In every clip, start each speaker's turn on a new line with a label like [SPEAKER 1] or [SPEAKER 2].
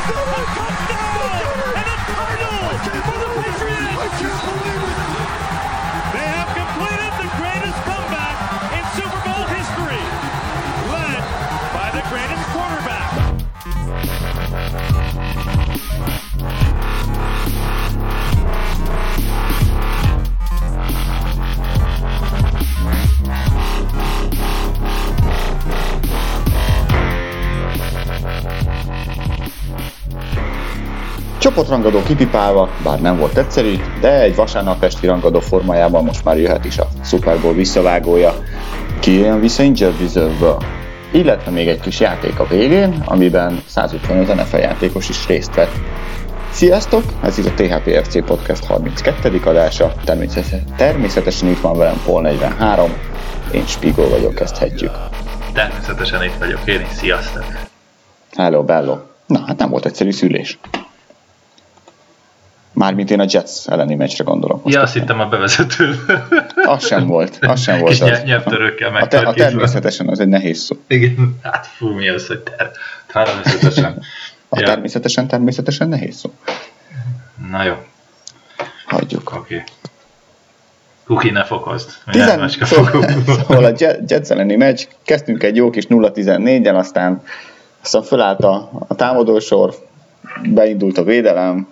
[SPEAKER 1] Csoportrangadó kipipálva, bár nem volt egyszerű, de egy vasárnap esti rangadó formájában most már jöhet is a Super Bowl visszavágója. Ki jön vissza Injured Reserve-ből? Illetve még egy kis játék a végén, amiben 155 NFL játékos is részt vett. Sziasztok! Ez itt a THPFC Podcast 32. adása. Természetesen itt van velem Paul 43. Én Spigol vagyok, kezdhetjük.
[SPEAKER 2] Természetesen itt vagyok én is, sziasztok!
[SPEAKER 1] Hello, bello! Na, hát nem volt egyszerű szülés. Mármint én a Jets elleni meccsre gondolok.
[SPEAKER 2] Ja, azt hittem a bevezető.
[SPEAKER 1] Az sem volt.
[SPEAKER 2] Kis nyelvtörőkkel megtarkítva.
[SPEAKER 1] A természetesen az egy nehéz szó.
[SPEAKER 2] Igen, hát fú, mi az, hogy természetesen.
[SPEAKER 1] Természetesen nehéz szó.
[SPEAKER 2] Na jó.
[SPEAKER 1] Hagyjuk.
[SPEAKER 2] Oké. Kuki, ne fokozd.
[SPEAKER 1] Szóval a Jets elleni meccs, kezdtünk egy jó kis 0-14-en, aztán fölállt a támadósor, beindult a védelem,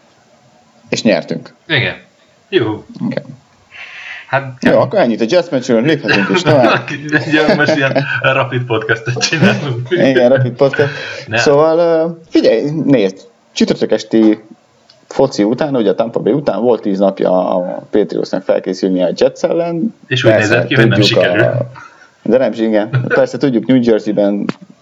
[SPEAKER 1] és nyertünk.
[SPEAKER 2] Igen. Jó.
[SPEAKER 1] Igen.
[SPEAKER 2] Hát,
[SPEAKER 1] jó, akkor ennyit a Jets meccsről, léphetünk is tovább.
[SPEAKER 2] Most ilyen rapid podcastet csinálunk.
[SPEAKER 1] Igen, rapid podcast. Ne. Szóval figyelj, nézd, csütörtök esti foci után, ugye a Tampa Bay után volt 10 napja a Patriotsnak felkészülni a Jets ellen.
[SPEAKER 2] És úgy nézett ki, hogy nem sikerül.
[SPEAKER 1] De nem, igen. Persze tudjuk, New Jersey-ben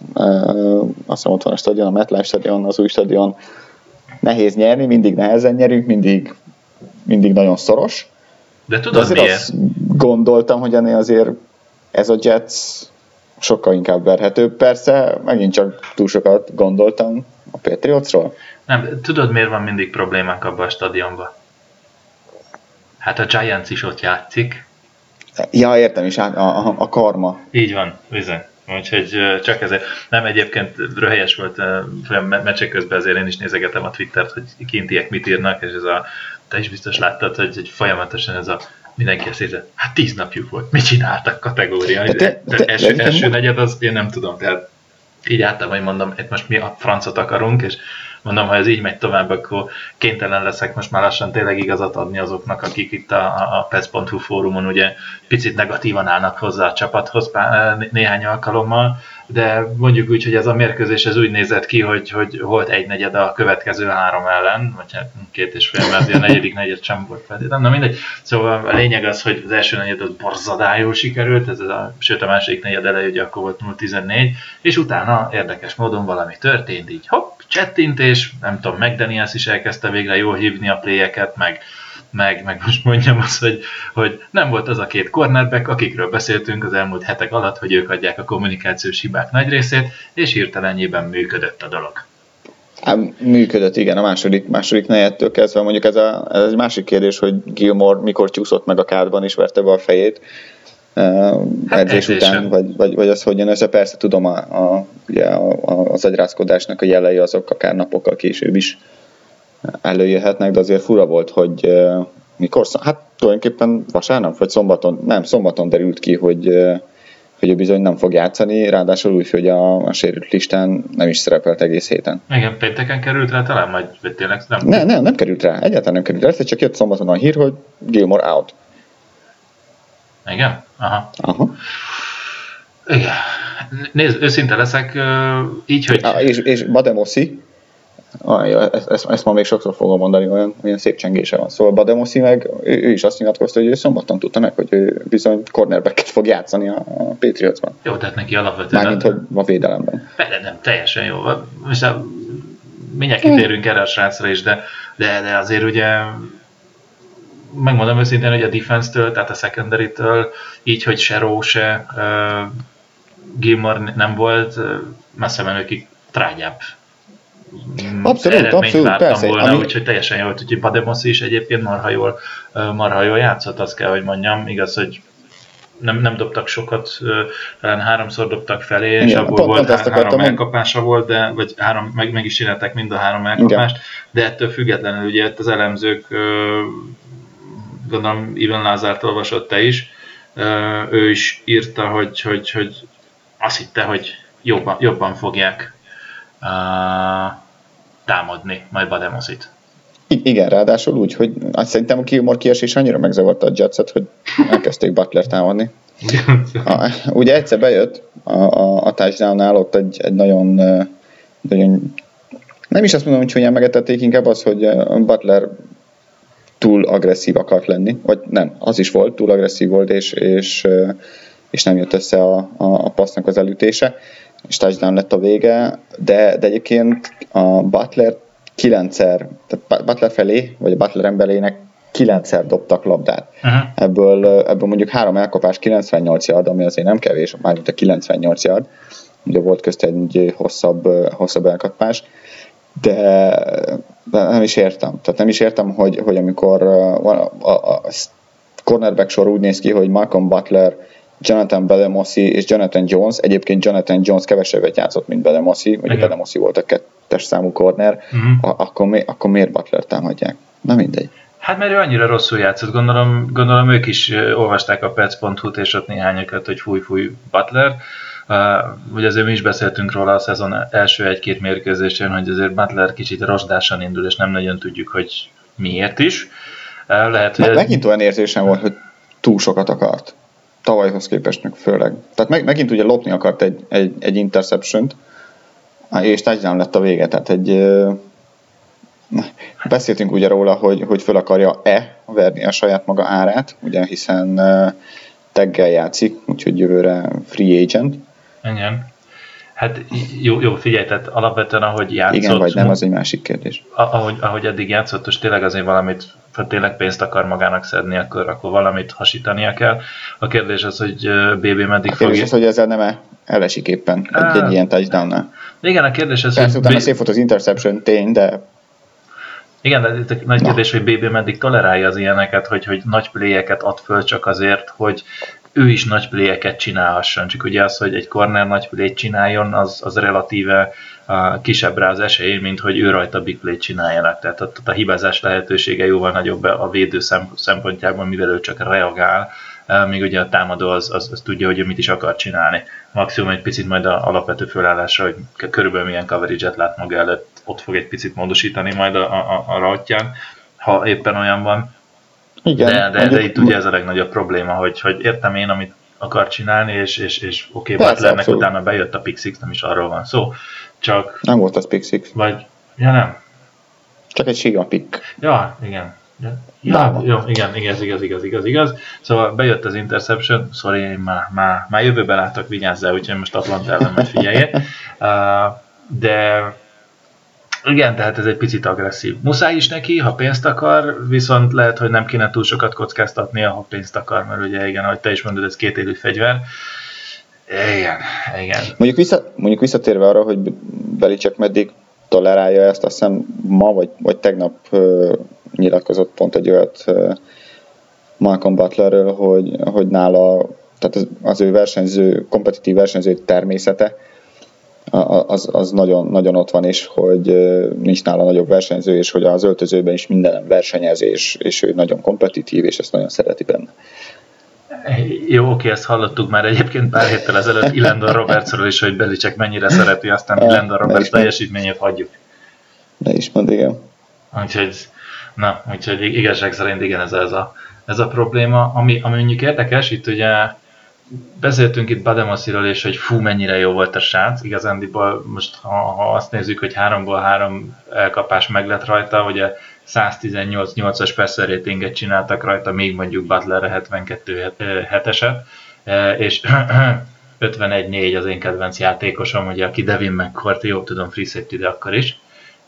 [SPEAKER 1] azt hiszem ott van a stadion, a MetLife stadion, az új stadion. Nehéz nyerni, mindig nehezen nyerünk, mindig nagyon szoros.
[SPEAKER 2] De tudod
[SPEAKER 1] miért? Azt gondoltam, hogy ennél azért ez a Jets sokkal inkább verhetőbb. Persze, megint csak túl sokat gondoltam a Patriotsról.
[SPEAKER 2] Nem, tudod miért van mindig problémák abban a stadionban? Hát a Giants is ott játszik.
[SPEAKER 1] Ja, értem is, a karma.
[SPEAKER 2] Így van, bizony. Úgyhogy csak ezért. Nem, egyébként röhelyes volt meccsek közben, azért én is nézegetem a Twittert, hogy kintiek mit írnak, és te is biztos láttad, hogy folyamatosan ez a mindenki ezt érte, hát 10 napjuk volt, mit csináltak kategória. Első negyed, az én nem tudom, tehát így álltam, hogy mondom, itt most mi a francot akarunk, és mondom, ha ez így megy tovább, akkor kénytelen leszek most már lassan tényleg igazat adni azoknak, akik itt a PES.hu fórumon ugye picit negatívan állnak hozzá a csapathoz néhány alkalommal, de mondjuk úgy, hogy ez a mérkőzés ez úgy nézett ki, hogy volt egy negyed a következő 3 ellen, vagy hát 2,5, mert a negyedik negyed sem volt feltétlenül, na mindegy. Szóval a lényeg az, hogy az első negyed az borzadályul sikerült, sőt a második negyed eleje ugye akkor volt 0-14, és utána érdekes módon valami történt, így hopp, csettintés, nem tudom, McDaniels is elkezdte végre jól hívni a playeket, meg most mondjam azt, hogy nem volt az a 2 cornerback, akikről beszéltünk az elmúlt hetek alatt, hogy ők adják a kommunikációs hibák nagy részét, és hirtelenjében működött a dolog.
[SPEAKER 1] Hát, működött, igen, a második negyedtől kezdve. Mondjuk ez egy másik kérdés, hogy Gilmore mikor csúszott meg a kádban és verte be a fejét edzés után, vagy az hogyan össze. Persze tudom, ugye az agyrázkodásnak a jelei azok akár napokkal később is előjöhetnek, de azért fura volt, hogy mikor, hát tulajdonképpen vasárnap, vagy szombaton derült ki, hogy ő bizony nem fog játszani, ráadásul úgy, hogy a sérült listán nem is szerepelt egész héten.
[SPEAKER 2] Igen, pénteken került rá talán, vagy tényleg
[SPEAKER 1] nem? Nem került rá, egyáltalán nem került rá, ez csak jött szombaton a hír, hogy Gilmore out.
[SPEAKER 2] Igen? Aha. Igen. Nézd, őszinte leszek, így, hogy...
[SPEAKER 1] És Bademoszi, ezt ma még sokszor fogom mondani, olyan szép csengése van. Szóval Bademoszi meg, ő is azt nyilatkozta, hogy ő szombaton tudta meg, hogy ő bizony cornerbacket fog játszani a Patriotsban.
[SPEAKER 2] Jó, tehát neki alapvetően...
[SPEAKER 1] Mármint, hogy a védelemben.
[SPEAKER 2] Nem, teljesen jó. Most mindjárt kitérünk erre a srácra is, de azért ugye megmondom őszintén, hogy a defense-től, tehát a secondary-től, így, hogy se Rowe, se Gilmore nem volt, messze menőkig trágyább.
[SPEAKER 1] Abszolút, persze.
[SPEAKER 2] Volna, úgyhogy teljesen jó, úgyhogy Bademoszi is egyébként marha jól játszott, azt kell, hogy mondjam. Igaz, hogy nem dobtak sokat, talán 3-szor dobtak felé, és abból volt 3 elkapása volt, vagy 3, meg is csinálták mind a 3 elkapást, de ettől függetlenül ugye az elemzők, gondolom Ivan Lázárt olvasott te is, ő is írta, hogy azt hitte, hogy jobban fogják támadni majd Bademosit.
[SPEAKER 1] Igen, ráadásul úgy, hogy azt szerintem a Gilmore kiesés annyira megzavarta a Jetset, hogy elkezdték Butler támadni. Ugye egyszer bejött a touchdown-nál, ott egy nagyon, nem is azt mondom, hogy csúnyán megetették, inkább az, hogy Butler túl agresszív akart lenni, vagy nem, az is volt, túl agresszív volt, és nem jött össze a passznak az elütése, és touchdown lett a vége, de egyébként a Butler 9-szer, tehát Butler felé, vagy a Butler emberének 9-szer dobtak labdát. Ebből mondjuk 3 elkapás 98 yard, ami azért nem kevés, mármint a 98 yard, ugye volt közt egy hosszabb elkapás, de nem is értem. Tehát nem is értem, hogy amikor a cornerback sor úgy néz ki, hogy Malcolm Butler, Jonathan Bademosi és Jonathan Jones. Egyébként Jonathan Jones kevesebbet játszott, mint Bademosi, vagy Bademosi volt a 2-es számú corner, akkor miért Butler támadják? Na mindegy.
[SPEAKER 2] Hát mert ő annyira rosszul játszott, gondolom ők is olvasták a Pets.hu-t, és ott néhányakat, hogy fúj Butler. Ugye azért mi is beszéltünk róla a szezon első 1-2 mérkőzésén, hogy azért Butler kicsit rozsdásan indul, és nem nagyon tudjuk, hogy miért is. Lehet, hogy
[SPEAKER 1] megint olyan érzésem volt, hogy túl sokat akart. Tavalyhoz képest meg főleg. Tehát megint ugye lopni akart egy interception-t, és touchdown lett a vége. Tehát beszéltünk ugye róla, hogy föl akarja-e verni a saját maga árát, ugye, hiszen taggel játszik, úgyhogy jövőre free agent.
[SPEAKER 2] Igen. Hát jó, figyelj, tehát alapvetően ahogy játszott...
[SPEAKER 1] Igen, vagy nem, az egy másik kérdés.
[SPEAKER 2] Ahogy eddig játszott, és tényleg azért valamit, ha tényleg pénzt akar magának szedni, akkor valamit hasítania kell. A kérdés az, hogy BB meddig
[SPEAKER 1] fog... A kérdés az, hogy ezzel nem elesik éppen egy ilyen touchdownnál.
[SPEAKER 2] Igen, a kérdés az,
[SPEAKER 1] persze, hogy... utána szép volt az interception, tény, de...
[SPEAKER 2] Igen, de itt nagy kérdés, hogy BB meddig tolerálja az ilyeneket, hogy nagy playeket ad föl csak azért, hogy ő is nagy playeket csinálhasson. Csak ugye az, hogy egy corner nagy playt csináljon, az relatíve kisebb rá az esély, mint hogy ő rajta big playt csináljanak. Tehát a hibázás lehetősége jóval nagyobb a védő szempontjából, mivel ő csak reagál, míg ugye a támadó az tudja, hogy ő mit is akar csinálni. Maximum egy picit majd a alapvető fölállásra, hogy körülbelül milyen coverage-et lát maga előtt, ott fog egy picit módosítani majd a rajtján, ha éppen olyan van. Igen, de itt ugye ez a legnagyobb probléma, hogy értem én, amit akar csinálni, és oké, Butlernek utána bejött a pick six, nem is arról van szó, csak...
[SPEAKER 1] Nem volt az pick six.
[SPEAKER 2] Vagy, ja nem.
[SPEAKER 1] Csak egy sima pick.
[SPEAKER 2] Ja, igen. Ja, jó, igen, igaz. Szóval bejött az interception, sorry, én már jövőben látok, vigyázzál, úgyhogy most Atlanta ellen majd figyelje. De... Igen, tehát ez egy picit agresszív. Muszáj is neki, ha pénzt akar, viszont lehet, hogy nem kéne túl sokat kockáztatnia, ha pénzt akar, mert ugye igen, ahogy te is mondod, ez kétélű fegyver. Igen.
[SPEAKER 1] Mondjuk visszatérve arra, hogy Belichick meddig tolerálja ezt, azt hiszem ma vagy tegnap nyilatkozott pont egy olyat Malcolm Butlerről, hogy nála, tehát az ő kompetitív versenyző természete, az nagyon, nagyon ott van, és hogy nincs nála nagyobb versenyző, és hogy az öltözőben is minden versenyezés, és ő nagyon kompetitív, és ezt nagyon szereti benne.
[SPEAKER 2] Jó, oké, ezt hallottuk már egyébként pár héttel ezelőtt Elandon Robertsról is, hogy Belichick mennyire szereti, aztán Elandon Roberts teljesítményét hagyjuk.
[SPEAKER 1] Ne is mond, igen.
[SPEAKER 2] Úgyhogy igazság szerint igen, ez a probléma. Ami mondjuk érdekes, itt ugye beszéltünk itt Bademosiról, és hogy mennyire jó volt a srác. Igazándiból most, ha azt nézzük, hogy 3-ból 3 elkapás meg lett rajta, ugye 118-8-as passer ratinget csináltak rajta, még mondjuk Butlerre 72-7-eset, és 51-4 az én kedvenc játékosom, ugye, aki Devin McCourty, jó tudom, free safety, de akkor is,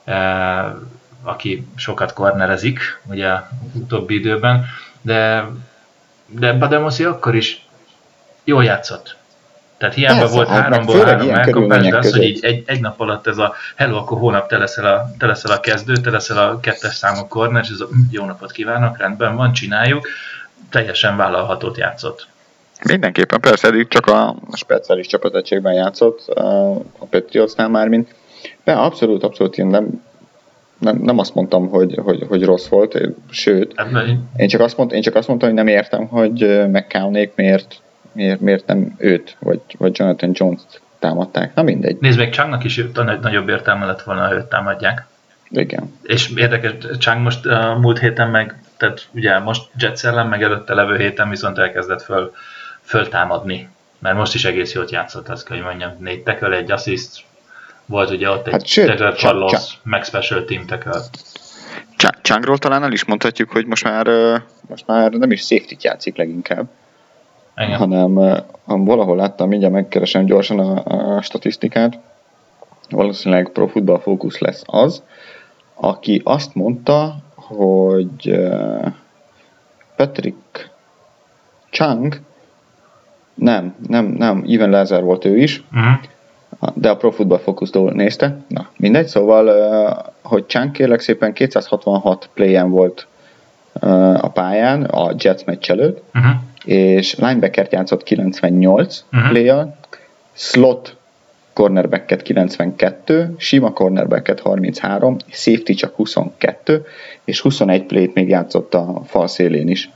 [SPEAKER 2] aki sokat cornerezik, ugye utóbbi időben, de Bademosi akkor is jól játszott. Tehát hiába persze, volt 3-ból 3 elkapás, de az, hogy így egy nap alatt ez a hello, akkor hónap te leszel a kezdő, te leszel a 2-es számú corner, és ez a jó napot kívánok, rendben van, csináljuk, teljesen vállalhatót játszott.
[SPEAKER 1] Mindenképpen, persze, eddig csak a speciális csapategységben játszott, a Patriotsnál már, mint. De abszolút én nem azt mondtam, hogy rossz volt, sőt, én csak azt mondtam, hogy nem értem, hogy McCownék miért nem őt, vagy Jonathan Jones-t támadták. Na mindegy.
[SPEAKER 2] Nézd, még Changnak is nagyobb értelme lett volna, ha őt támadják.
[SPEAKER 1] Igen.
[SPEAKER 2] És érdekes, Chang most múlt héten tehát ugye most Jets ellen, meg előtte levő héten viszont elkezdett föltámadni. Mert most is egész jót játszott, azt kell, hogy mondjam. 4 tackle, 1 assist, volt ugye ott egy tackle for loss, meg special team tackle.
[SPEAKER 1] Changról talán el is mondhatjuk, hogy most már nem is safety-t játszik leginkább. Igen. Hanem valahol láttam, mindjárt megkeresem gyorsan a statisztikát, valószínűleg Pro Football Focus lesz az, aki azt mondta, hogy Patrick Chung, nem, Even Lazar volt ő is, de a Pro Football Focus-tól nézte, na mindegy, szóval, hogy Chung kérlek szépen 266 playen volt a pályán a Jets meccs előtt, és linebackert játszott 98 play-jal, slot cornerbacket 92, sima cornerbacket 33, safety csak 22, és 21 play-t még játszott a fal szélén is.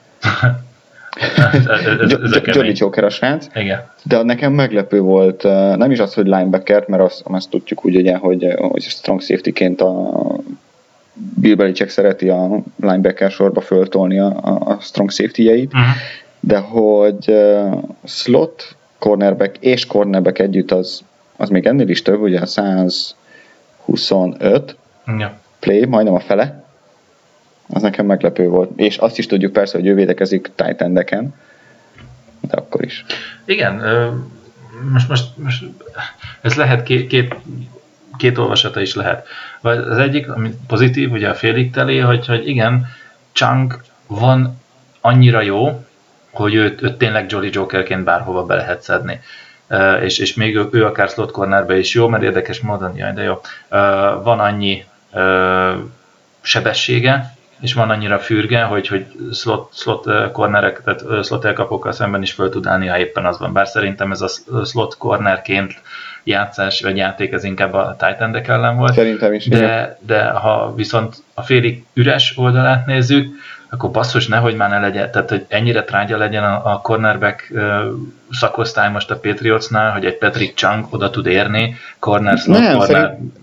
[SPEAKER 1] Jolly Joker a srác.
[SPEAKER 2] Igen.
[SPEAKER 1] De nekem meglepő volt, nem is az, hogy linebacker, mert azt tudjuk úgy, ugye, hogy strong safety-ként a Bill Belichick szereti a linebacker sorba föltolni a strong safety-jeit, de hogy slot, cornerback és cornerback együtt az még ennél is több, ugye 125 play, majdnem a fele, az nekem meglepő volt. És azt is tudjuk persze, hogy ő védekezik tight endeken, de akkor is.
[SPEAKER 2] Igen, most ez lehet két olvasata is lehet. Az egyik, ami pozitív, ugye a félig telé, hogy igen, Chung van annyira jó, hogy őt tényleg Jolly Jokerként bárhova be lehet szedni. És még ő akár slot cornerbe is jó, mert érdekes módon, jaj, de jó, van annyi sebessége, és van annyira fürge, hogy slot cornerek, tehát slot elkapókkal szemben is föl tud állni, ha éppen az van. Bár szerintem ez a slot cornerként játszás vagy játék, ez inkább a tight endek ellen volt.
[SPEAKER 1] Szerintem is.
[SPEAKER 2] De ha viszont a félig üres oldalát nézzük, akkor basszus, nehogy már ne legyen, tehát hogy ennyire trágya legyen a cornerback szakosztály most a Patriotsnál, hogy egy Patrick Chung oda tud érni,
[SPEAKER 1] szerintem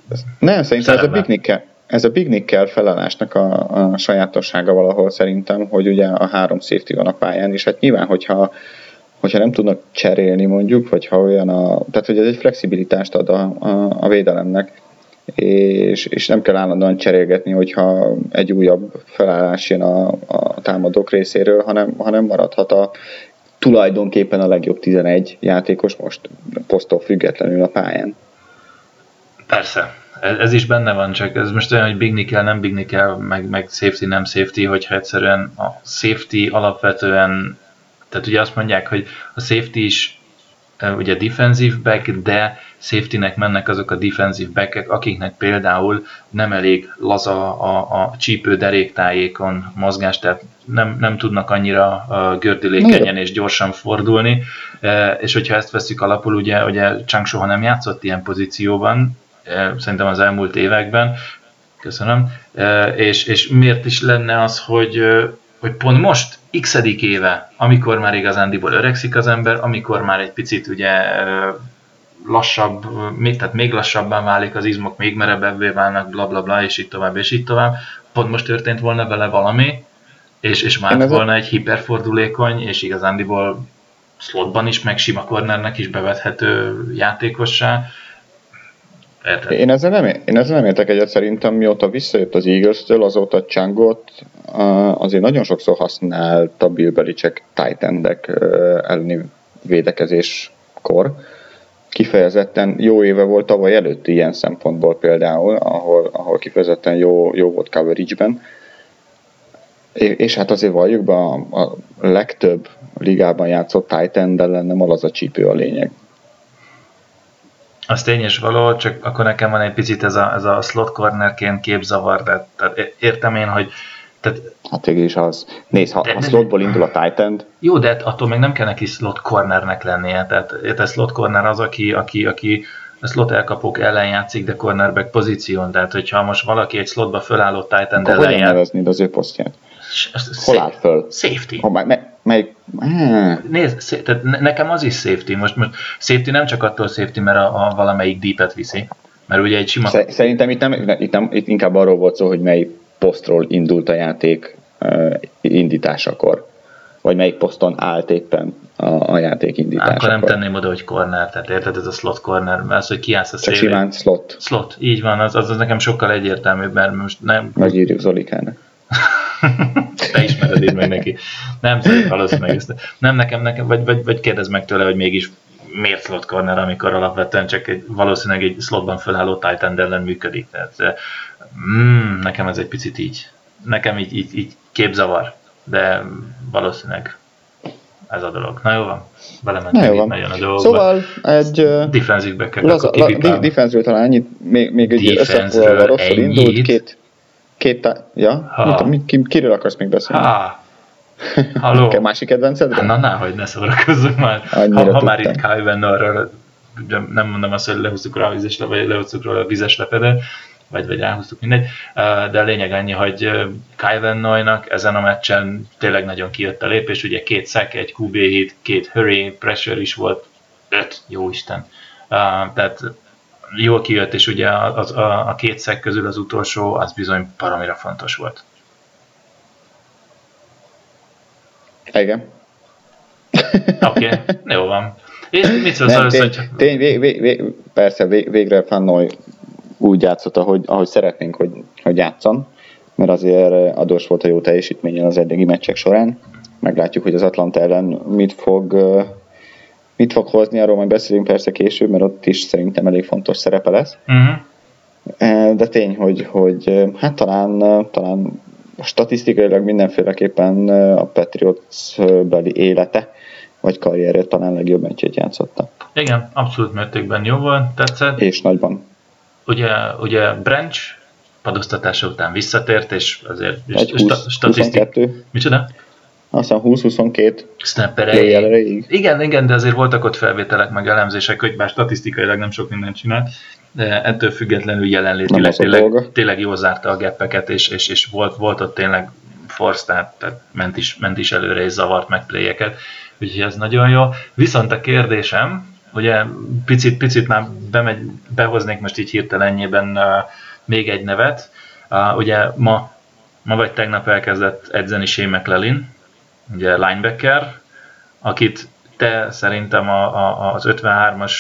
[SPEAKER 1] ez a Big Nickel felállásnak a sajátossága valahol szerintem, hogy ugye a 3 safety van a pályán, és hát nyilván, hogyha nem tudnak cserélni mondjuk, vagy ha olyan tehát hogy ez egy flexibilitást ad a védelemnek, és nem kell állandóan cserélgetni, hogyha egy újabb felállás jön a támadók részéről, hanem maradhat tulajdonképpen a legjobb 11 játékos most poszttól függetlenül a pályán.
[SPEAKER 2] Persze. Ez is benne van, csak ez most olyan, hogy big nickel, nem big nickel, meg safety, nem safety, hogyha egyszerűen a safety alapvetően, tehát ugye azt mondják, hogy a safety is ugye defensive back, de safety-nek mennek azok a defensive backek, akiknek például nem elég laza a csípő deréktájékon mozgás, tehát nem tudnak annyira gördülékenyen és gyorsan fordulni, és hogyha ezt veszük alapul, ugye Chung soha nem játszott ilyen pozícióban, szerintem az elmúlt években, köszönöm, és miért is lenne az, hogy pont most x-edik éve, amikor már igazándiból öregszik az ember, amikor már egy picit ugye lassabb, tehát még lassabban válik az izmok, még merevebbé válnak, blablabla, és így tovább, pont most történt volna vele valami, és már volna egy hiperfordulékony, és igazándiból slotban is, meg sima cornernek is bevethető játékossá.
[SPEAKER 1] Én ezzel nem értek egyet, szerintem mióta visszajött az Eagles-től, azóta Changot azért nagyon sokszor használta Bill Belichick tight endek elleni védekezéskor. Kifejezetten jó éve volt tavaly előtt ilyen szempontból például, ahol kifejezetten jó volt coverage-ben. És hát azért valljuk be, a legtöbb ligában játszott tight end ellen nem az a csípő a lényeg.
[SPEAKER 2] Az tény és való, csak akkor nekem van egy picit ez a slot cornerként képzavar, tehát értem én, hogy
[SPEAKER 1] Hát végül is az. Nézd, ha slotból indul a tight end.
[SPEAKER 2] Jó, de attól még nem kell neki slot cornernek lennie. Tehát slot corner az, aki a slot elkapók ellen játszik, de cornerback pozíción. Tehát, hogyha most valaki egy slotba fölálló tight end ellen
[SPEAKER 1] hogyan neveznéd az ő posztját? Hol áll föl?
[SPEAKER 2] Safety.
[SPEAKER 1] Melyik?
[SPEAKER 2] Nézd, tehát nekem az is safety. Most safety nem csak attól safety, mert a valamelyik deepet viszi. Mert ugye egy sima...
[SPEAKER 1] Szerintem itt inkább arról volt szó, hogy melyik posztról indult a játék indításakor. Vagy melyik poszton állt éppen a játék indításakor.
[SPEAKER 2] Akkor nem tenném oda, hogy corner, tehát érted, ez a slot corner, mert az, hogy kiállsz a
[SPEAKER 1] csak simán slot.
[SPEAKER 2] Slot, így van, az nekem sokkal egyértelműbb, mert most nem...
[SPEAKER 1] Megírjuk Zolikának.
[SPEAKER 2] Te ismered így meg neki. Nem, valószínűleg ezt. Nem nekem vagy kérdezd meg tőle, hogy mégis miért slot corner, amikor alapvetően csak valószínűleg egy slotban fölálló tight end ellen működik. Tehát, nekem ez egy picit így. Nekem így képzavar, de valószínűleg ez a dolog. Na jó van, belementünk itt nagyon a dolgokba.
[SPEAKER 1] Szóval egy...
[SPEAKER 2] defensive back-ek, akkor kipipálom.
[SPEAKER 1] Defense-ről talán ennyit, még egy összefoglalva rosszul indult, kiről akarsz még beszélni?
[SPEAKER 2] Halló.
[SPEAKER 1] Másik kedvencedre?
[SPEAKER 2] Na, hogy ne szórakozzunk már. Ha már itt Kyle Van Noy-ról, nem mondom azt, hogy lehúztuk rá a vizes lepedőt, vagy ráhúztuk, mindegy, de a lényeg annyi, hogy Kyle Van Noy-nak ezen a meccsen tényleg nagyon kijött a lépés, ugye 2 sack, 1 QB hit, 2 hurry, pressure is volt, 5, jóisten. Tehát jól kijött, és ugye a 2 sack közül az utolsó, az bizony baromira fontos volt.
[SPEAKER 1] Igen.
[SPEAKER 2] Oké, jó van. És mit szólsz az, hogy...
[SPEAKER 1] Persze, végre Van Noy úgy játszott, ahogy szeretnénk, hogy játszon, mert azért adós volt a jó teljesítményen az eddigi meccsek során. Meglátjuk, hogy az Atlanta ellen mit fog hozni, arról majd beszélünk persze később, mert ott is szerintem elég fontos szerepe lesz. De tény, hogy hát talán statisztikailag mindenféleképpen a Patriots beli élete, vagy karrierje talán legjobb meccsét játszotta.
[SPEAKER 2] Igen, abszolút mértékben jó volt, tetszett.
[SPEAKER 1] És nagyban.
[SPEAKER 2] Ugye Branch padoztatása után visszatért, és azért
[SPEAKER 1] statisztikai.
[SPEAKER 2] Micsoda?
[SPEAKER 1] Aztán 20-22
[SPEAKER 2] snappereig. Igen, de azért voltak ott felvételek, meg elemzések, hogy bár statisztikailag nem sok mindent csinált, de ettől függetlenül jelenlétileg tényleg jól zárta a geppeket, és volt ott tényleg force, tehát ment is előre, és zavart meg playeket, úgyhogy ez nagyon jó. Viszont a kérdésem, ugye picit már behoznék most így hirtelenjében még egy nevet, ugye ma vagy tegnap elkezdett edzeni Shane McClellin, ugye linebacker, akit te szerintem az 53-as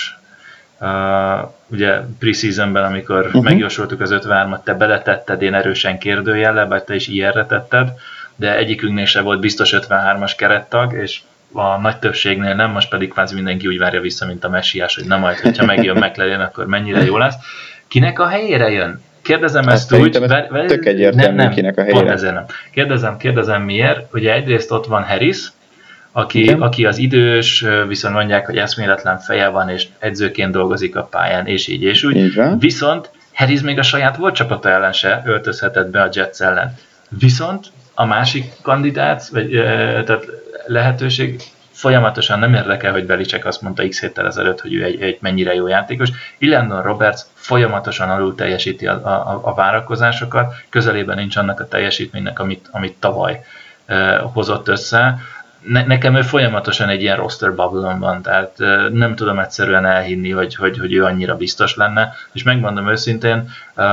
[SPEAKER 2] ugye preseasonben, amikor megjósoltuk az 53-at, te beletetted, én erősen kérdőjellel, bár te is ilyenre tetted, de egyikünknél se volt biztos 53-as kerettag, és a nagy többségnél nem, most pedig kvázi mindenki úgy várja vissza, mint a messiás, hogy na majd, hogyha megjön McClellin, akkor mennyire jó lesz. Kinek a helyére jön? Kérdezem ezt úgy,
[SPEAKER 1] tök egyértelmű, kinek a helyére.
[SPEAKER 2] Pont ezért nem. Kérdezem miért. Ugye egyrészt ott van Harris, aki az idős, viszont mondják, hogy eszméletlen feje van, és edzőként dolgozik a pályán, és így és úgy.
[SPEAKER 1] Így
[SPEAKER 2] viszont Harris még a saját volt csapata ellen se öltözhetett be a Jets ellen. Viszont a másik kandidát, vagy tehát lehetőség folyamatosan nem érdekel, hogy Belichick azt mondta x héttel ezelőtt, hogy ő egy mennyire jó játékos. Elandon Roberts folyamatosan alul teljesíti a várakozásokat, közelében nincs annak a teljesítménynek, amit tavaly hozott össze. Nekem ő folyamatosan egy ilyen roster bubble-on van, tehát nem tudom egyszerűen elhinni, hogy ő annyira biztos lenne, és megmondom őszintén,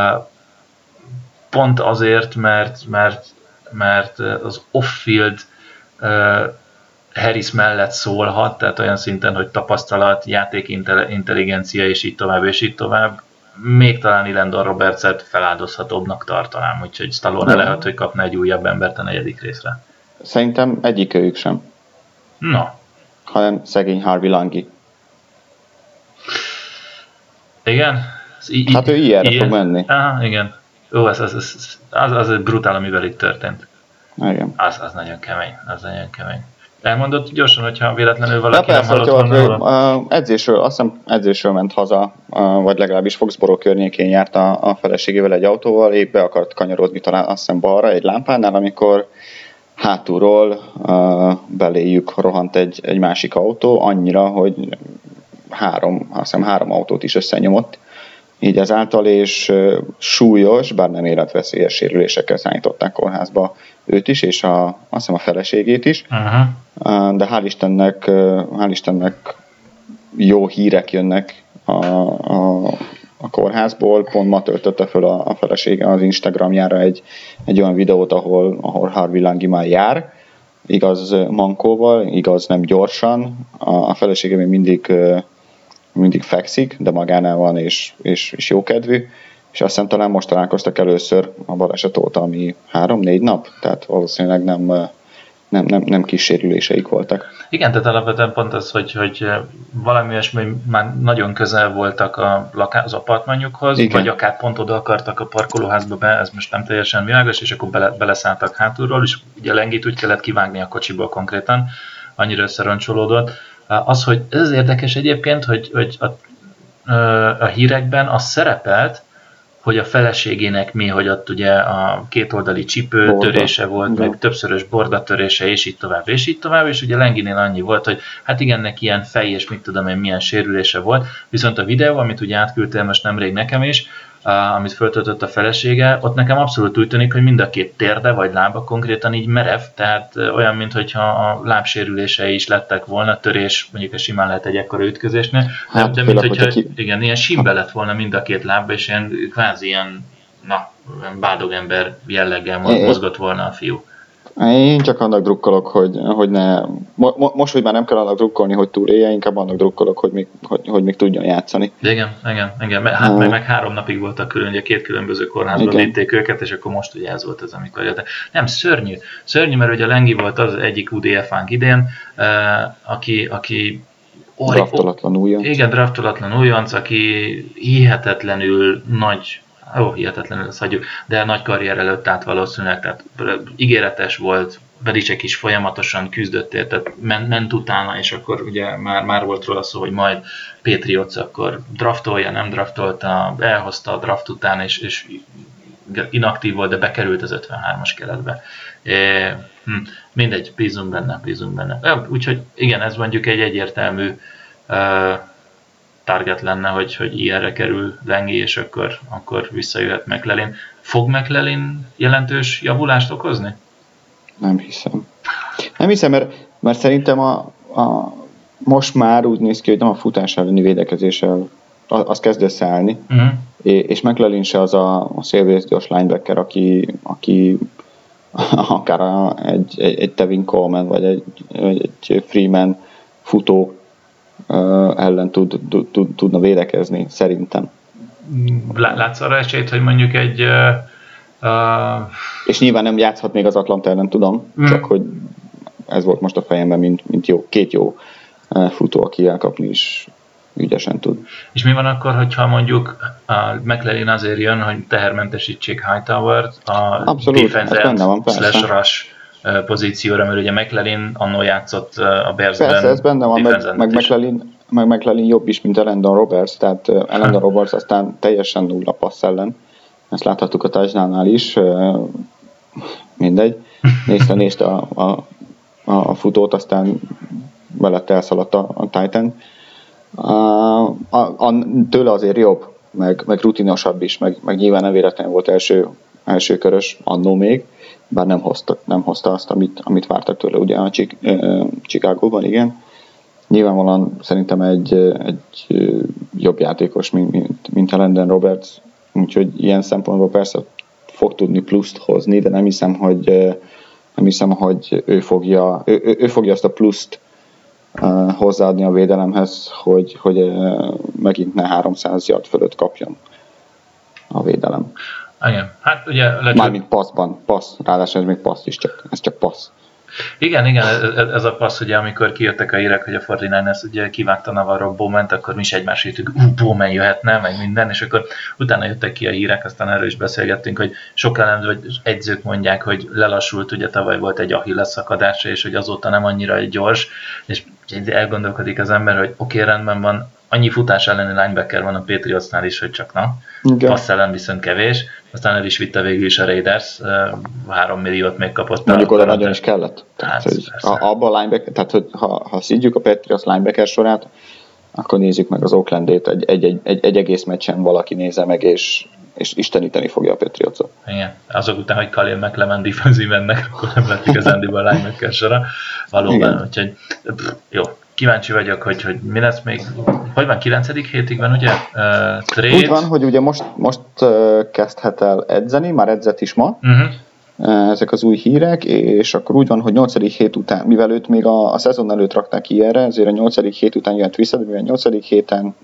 [SPEAKER 2] pont azért, mert az off-field Harris mellett szólhat, tehát olyan szinten, hogy tapasztalat, játékintelligencia, és így tovább, még talán Elandon Robertset feláldozhatóbbnak tartanám, úgyhogy Stallone lehet, hogy kapna egy újabb embert a 4. részre.
[SPEAKER 1] Szerintem egyikőjük sem.
[SPEAKER 2] Na.
[SPEAKER 1] Hanem szegény Harvey Langi.
[SPEAKER 2] Igen?
[SPEAKER 1] Hát ő ilyenre fog menni.
[SPEAKER 2] Aha, igen. Ó, az brutál, amivel itt történt.
[SPEAKER 1] Igen.
[SPEAKER 2] Az nagyon kemény, Elmondott gyorsan, hogyha véletlenül valaki
[SPEAKER 1] persze,
[SPEAKER 2] nem hallott volna.
[SPEAKER 1] Edzésről, azt hiszem edzésről ment haza, vagy legalábbis Foxborough környékén járt a feleségével egy autóval, épp be akart kanyarodni talán azt hiszem balra egy lámpánál, amikor hátulról beléjük rohant egy másik autó, annyira, hogy három autót is összenyomott, így ezáltal, és súlyos, bár nem életveszélyes sérülésekkel szállították kórházba őt is, és azt hiszem a feleségét is. Uh-huh. De hál' Istennek jó hírek jönnek a kórházból. Pont ma töltötte föl a felesége az Instagramjára egy olyan videót, ahol Harvey Langi már jár, igaz mankóval, igaz nem gyorsan. A felesége még mindig fekszik, de magánál van és jókedvű, és azt hiszem talán most találkoztak először a baleset óta, ami 3-4 nap, tehát valószínűleg nem kis sérüléseik voltak.
[SPEAKER 2] Igen, tehát alapvetően pont az, hogy valami olyasmi, már nagyon közel voltak az apartmanjukhoz, igen, vagy akár pont oda akartak a parkolóházba be, ez most nem teljesen világos, és akkor beleszálltak hátulról, és ugye Langit úgy kellett kivágni a kocsiból konkrétan, annyira összeroncsolódott. Hogy ez érdekes egyébként, hogy a hírekben az szerepelt, hogy a feleségének hogy ott ugye a kétoldali csípő törése volt, meg többszörös bordatörése, és így tovább, és ugye Langinél annyi volt, hogy hát igen, neki ilyen fej, és mit tudom én, milyen sérülése volt, viszont a videó, amit ugye átküldtél most nemrég nekem is, amit föltöltött a felesége, ott nekem abszolút úgy tűnik, hogy mind a két térde vagy lába konkrétan így merev, tehát olyan, mintha a lábsérülései is lettek volna, törés, mondjuk simán lehet egy ekkora ütközésnél, de mintha igen, ilyen simbe lett volna mind a két lábba, és ilyen kvázi ilyen bádogember jelleggel mozgott volna a fiú.
[SPEAKER 1] Én csak annak drukkolok, hogy ne... Most, hogy már nem kell annak drukkolni, hogy túlélje, inkább annak drukkolok, hogy még tudjon játszani.
[SPEAKER 2] Igen. Hát meg 3 napig voltak külön, ugye 2 különböző kórházban vitték őket, és akkor most ugye ez volt az, amikor jött. Nem, szörnyű, mert ugye Langi volt az egyik UDFA-nk idén, aki
[SPEAKER 1] draftolatlan újonc.
[SPEAKER 2] Igen, draftolatlan újonc, aki hihetetlenül nagy, hihetetlenül ezt hagyjuk, de nagy karrier előtt állt valószínűleg, tehát ígéretes volt, Belichick is folyamatosan küzdött tehát ment utána, és akkor ugye már volt róla szó, hogy majd Patriots akkor draftolja, nem draftolta, elhozta a draft után, és inaktív volt, de bekerült az 53-as keretbe. Mindegy, bízunk benne. Úgyhogy igen, ez mondjuk egy egyértelmű target lenne, hogy ilyenre kerül Langi, és akkor visszajöhet McClellan. Fog McClellan jelentős javulást okozni?
[SPEAKER 1] Nem hiszem, mert szerintem most már úgy néz ki, hogy nem a futás elleni védekezéssel az kezd összeállni, és McClellan se az a szélvészgyors linebacker, aki akár egy Tevin Coleman, vagy egy Freeman futó ellen tudna védekezni, szerintem.
[SPEAKER 2] Látsz arra esélyt, hogy mondjuk egy...
[SPEAKER 1] És nyilván nem játszhat még az Atlanta ellen, tudom, csak hogy ez volt most a fejemben, mint két jó futó, aki elkapni is ügyesen tud.
[SPEAKER 2] És mi van akkor, hogyha mondjuk a McClellan azért jön, hogy tehermentesítsék Hightowert a defense end / rush pozícióra, mert ugye McClellan annól játszott a Bearsben.
[SPEAKER 1] Persze, ez benne van, meg McClellan jobb is, mint Elandon Roberts, tehát Elandon Roberts aztán teljesen nulla passz ellen. Ezt láthattuk a touchdownnál is, mindegy. Nézte a futót, aztán velette elszaladt a Titan. Tőle azért jobb, meg rutinosabb is, meg nyilván nem véletlenül volt első körös annó még, bár nem hozta azt, amit vártak tőle ugye a Chicagóban, igen. Nyilvánvalóan szerintem egy jobb játékos, mint a Landon Roberts, úgyhogy ilyen szempontból persze fog tudni pluszt hozni, de nem hiszem, hogy ő fogja azt a pluszt hozzáadni a védelemhez, hogy megint ne 300 yard fölött kapjon a védelem.
[SPEAKER 2] Igen, hát ugye...
[SPEAKER 1] Mármint passz, ráadásul ez még passz is, ez csak passz.
[SPEAKER 2] Igen, ez a passz, ugye, amikor kijöttek a hírek, hogy a 49ers ugye kivágta Navarro Bowman-t, akkor mi is egymás hittük, Bowman jöhetne, meg minden, és akkor utána jöttek ki a hírek, aztán erről is beszélgettünk, hogy sok elemző vagy edzők mondják, hogy lelassult, ugye tavaly volt egy Achilles szakadása, és hogy azóta nem annyira egy gyors, és elgondolkodik az ember, hogy oké, rendben van, annyi futás elleni linebacker van a Patriotsnál is, hogy csak passz ellen viszont kevés, aztán el is vitte végül is a Raiders, 3 milliót még kapott.
[SPEAKER 1] Mondjuk oda nagyon is kellett. Abban a linebacker, tehát hogy ha szidjuk a Patriots linebacker sorát, akkor nézzük meg az Oaklandét, egy egész meccsen valaki nézze meg, és isteníteni fogja a Patriotsot.
[SPEAKER 2] Igen, azok után, hogy Khalil McLeman defensive endnek, akkor nem lett igazándiból a linebacker sora. Valóban, úgyhogy jó. Kíváncsi vagyok, hogy mi lesz még. Hogy van, 9. hétig van, ugye? Trade.
[SPEAKER 1] Úgy van, hogy ugye most kezdhet el edzeni, már edzett is ma. Ezek az új hírek, és akkor úgy van, hogy 8. hét után, mivel őt még a szezon előtt rakták ki erre, ezért a 8. hét után jöhet vissza, de mivel 8. héten,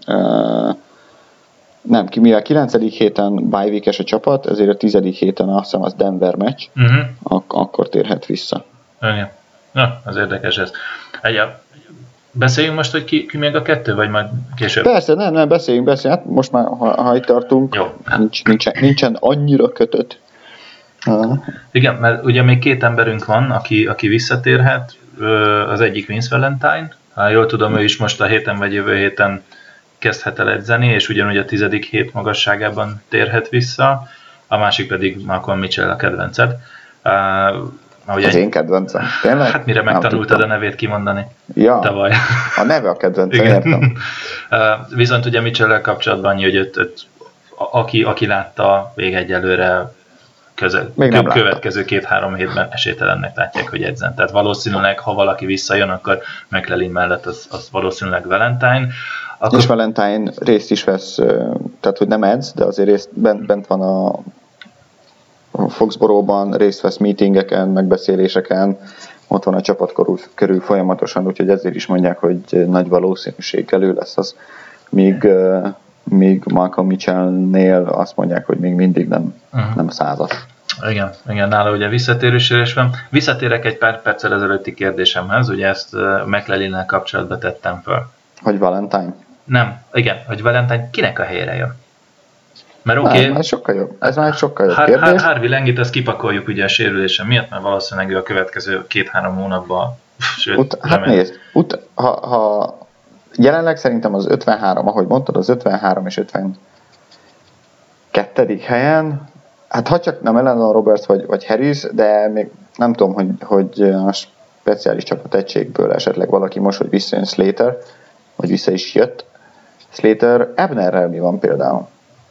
[SPEAKER 1] mivel 9. héten bye week-es a csapat, ezért a 10. héten azt hiszem az Denver meccs, akkor térhet vissza.
[SPEAKER 2] Igen. Na, az érdekes ez. Beszéljünk most, hogy ki még a 2, vagy majd később?
[SPEAKER 1] Persze, nem, beszéljünk. Hát most már, ha itt tartunk, nincsen annyira kötött.
[SPEAKER 2] Igen, mert ugye még 2 emberünk van, aki visszatérhet. Az egyik Vince Valentine. Ha jól tudom, ő is most a héten vagy jövő héten kezdhet el edzeni, és ugyanúgy a 10. hét magasságában térhet vissza. A másik pedig Malcolm Mitchell, a kedvenced.
[SPEAKER 1] Az én kedvencem. Tényleg?
[SPEAKER 2] Hát mire megtanultad a nevét kimondani?
[SPEAKER 1] Ja,
[SPEAKER 2] tavaly.
[SPEAKER 1] A neve a kedvencem, értem.
[SPEAKER 2] Viszont ugye Mitchell-lel kapcsolatban annyi, hogy őt, aki látta, még egyelőre következő 2-3 hétben esélytelennek látják, hogy edzen. Tehát valószínűleg, ha valaki visszajön, akkor McLellan mellett az valószínűleg Valentine.
[SPEAKER 1] És Valentine részt is vesz, tehát hogy nem edz, de azért bent van a Foxborough-ban, részt vesz meetingeken, megbeszéléseken, ott van a csapat körül folyamatosan, úgyhogy ezért is mondják, hogy nagy valószínűséggel ő lesz az, míg Malcolm Mitchellnél azt mondják, hogy még mindig nem 100-as.
[SPEAKER 2] Igen, nála ugye visszatérősérés van. Visszatérek egy pár perccel ezelőtti kérdésemhez, ugye ezt McLellannel kapcsolatban tettem föl.
[SPEAKER 1] Hogy Valentine?
[SPEAKER 2] Nem, igen, hogy Valentine kinek a helyre jön? Mert
[SPEAKER 1] ez már sokkal jobb kérdés.
[SPEAKER 2] Harvey Langit ezt kipakoljuk ugye a sérülése miatt, mert valószínűleg ő a következő 2-3 hónapban, sőt,
[SPEAKER 1] hát nézd, ha jelenleg szerintem az 53, ahogy mondtad, az 53 és 52. helyen, hát ha csak nem Elandon Roberts vagy Harris, de még nem tudom, hogy a speciális csapat egységből esetleg valaki most, hogy visszajön Slater, vagy vissza is jött. Slater, Ebnerrel mi van például?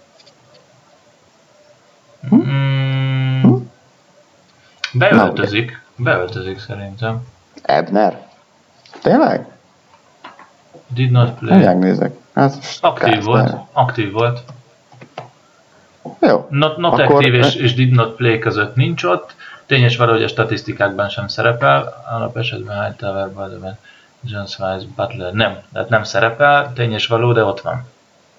[SPEAKER 2] Beöltözik szerintem.
[SPEAKER 1] Ebner? Tényleg?
[SPEAKER 2] Did not play.
[SPEAKER 1] Megnézek.
[SPEAKER 2] Aktív volt.
[SPEAKER 1] Jó.
[SPEAKER 2] Not active és did not play között nincs ott. Tényes valahogy a statisztikákban sem szerepel. Alapesetben Hightower, Jones, Weiss, Butler. Nem, tehát nem szerepel. Tényes való, de ott van.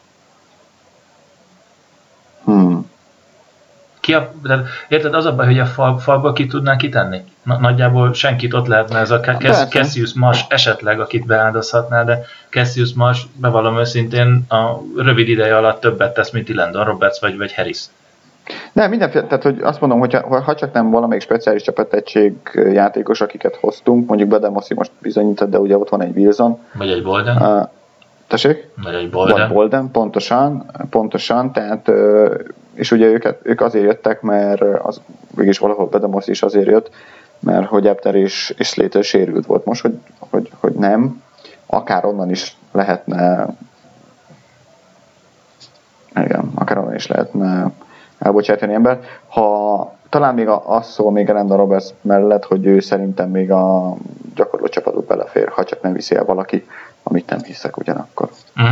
[SPEAKER 2] Érted, az a baj, hogy a falból ki tudnánk kitenni? Nagyjából senkit ott lehetne ez a Cassius Marsh esetleg, akit beáldozhatná, de Cassius Marsh, bevallom őszintén, a rövid ideje alatt többet tesz, mint Elandon Roberts vagy Harris.
[SPEAKER 1] Nem, mindenféle, tehát hogy azt mondom, hogy ha csak nem valamelyik speciális csapategység játékos, akiket hoztunk, mondjuk Bademoszi most bizonyított, de ugye ott van egy Wilson.
[SPEAKER 2] Vagy egy Bolden.
[SPEAKER 1] Tessék?
[SPEAKER 2] Vagy egy Bolden.
[SPEAKER 1] Vagy Bolden, pontosan, tehát és ugye ők azért jöttek, mert végülis valahol Bademos is azért jött, mert hogy Ebner és Slater sérült volt most, hogy nem, akár onnan is lehetne elbocsátani ember. Ha talán még az szól még Elandon Roberts mellett, hogy ő szerintem még a gyakorló csapatba belefér, ha csak nem viszi el valaki, amit nem hiszek ugyanakkor.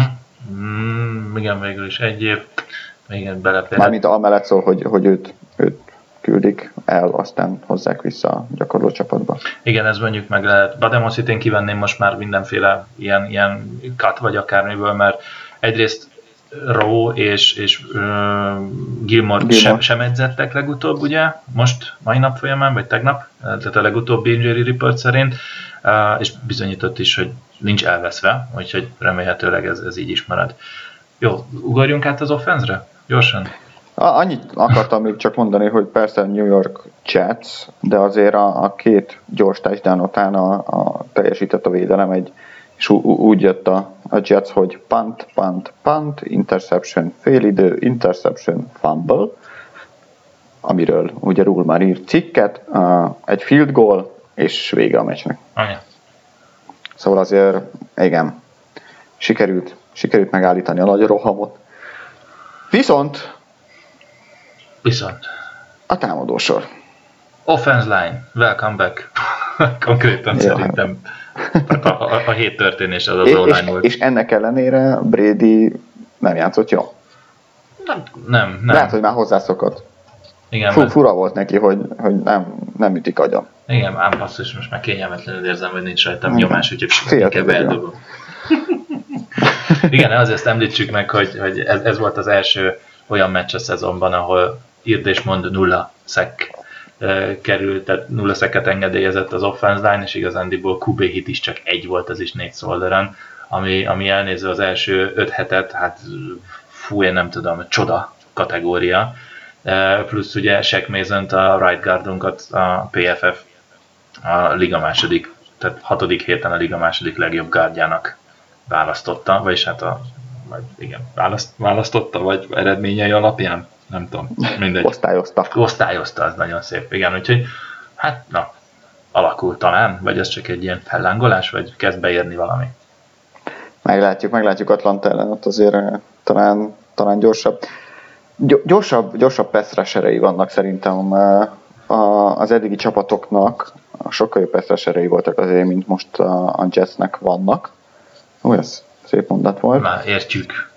[SPEAKER 2] Igen, végül is egy év. Igen, belefér.
[SPEAKER 1] Mármint amellett szól, hogy őt küldik el, aztán hozzák vissza a gyakorló csapatba.
[SPEAKER 2] Igen, ez mondjuk meg lehet. Bademosit én kivenném most már mindenféle ilyen cut vagy akármiből, mert egyrészt Rowe és Gilmore sem edzettek legutóbb, ugye? Most, mai nap folyamán, vagy tegnap, tehát a legutóbbi injury report szerint, és bizonyított is, hogy nincs elveszve, úgyhogy remélhetőleg ez így is marad. Jó, ugorjunk át az offense-re? Gyorsan.
[SPEAKER 1] Annyit akartam még csak mondani, hogy persze New York Jets, de azért a két gyors touchdown után teljesített a védelem, és úgy jött a Jets, hogy punt, interception, félidő, interception, fumble, amiről ugye Rule már írt cikket, egy field goal, és vége a meccsnek.
[SPEAKER 2] Anya.
[SPEAKER 1] Szóval azért, igen, sikerült megállítani a nagy rohamot. Viszont a támadósor.
[SPEAKER 2] Offense line, welcome back. Konkrétan szerintem a hét történés az O-line volt.
[SPEAKER 1] És ennek ellenére Brady nem játszott jó.
[SPEAKER 2] Nem.
[SPEAKER 1] Lehet, hogy már hozzászokott.
[SPEAKER 2] Igen,
[SPEAKER 1] fura volt neki, hogy nem ütik agyon.
[SPEAKER 2] Igen, ám basszus, most már kényelmetlenül érzem, hogy nincs rajtam nyomás, úgyhogy inkább eldobom. Igen, azért említsük meg, hogy ez volt az első olyan meccs a szezonban, ahol írd és mond 0 sack került, tehát 0 sacket engedélyezett az offense line, és igazándiból QB hit is csak egy volt, az is 4 shoulder-en, ami elnézve az első 5 hetet, hát én nem tudom, csoda kategória. Plusz ugye Shaq Mason-t, a right guardunkat a PFF a liga második, tehát 6. héten a liga második legjobb guardjának választotta, vagyis hát választotta, vagy eredményei alapján, nem tudom, mindegy. Osztályozta, az nagyon szép, igen, úgyhogy hát alakul talán, vagy ez csak egy ilyen fellángolás, vagy kezd beérni valami?
[SPEAKER 1] Meglátjuk Atlanta ellen, ott azért talán gyorsabb pass rusherei vannak szerintem az eddigi csapatoknak, sokkal jobb pass rusherei voltak azért, mint most a Jetsnek vannak. Ez szép mondat volt.
[SPEAKER 2] Már értjük.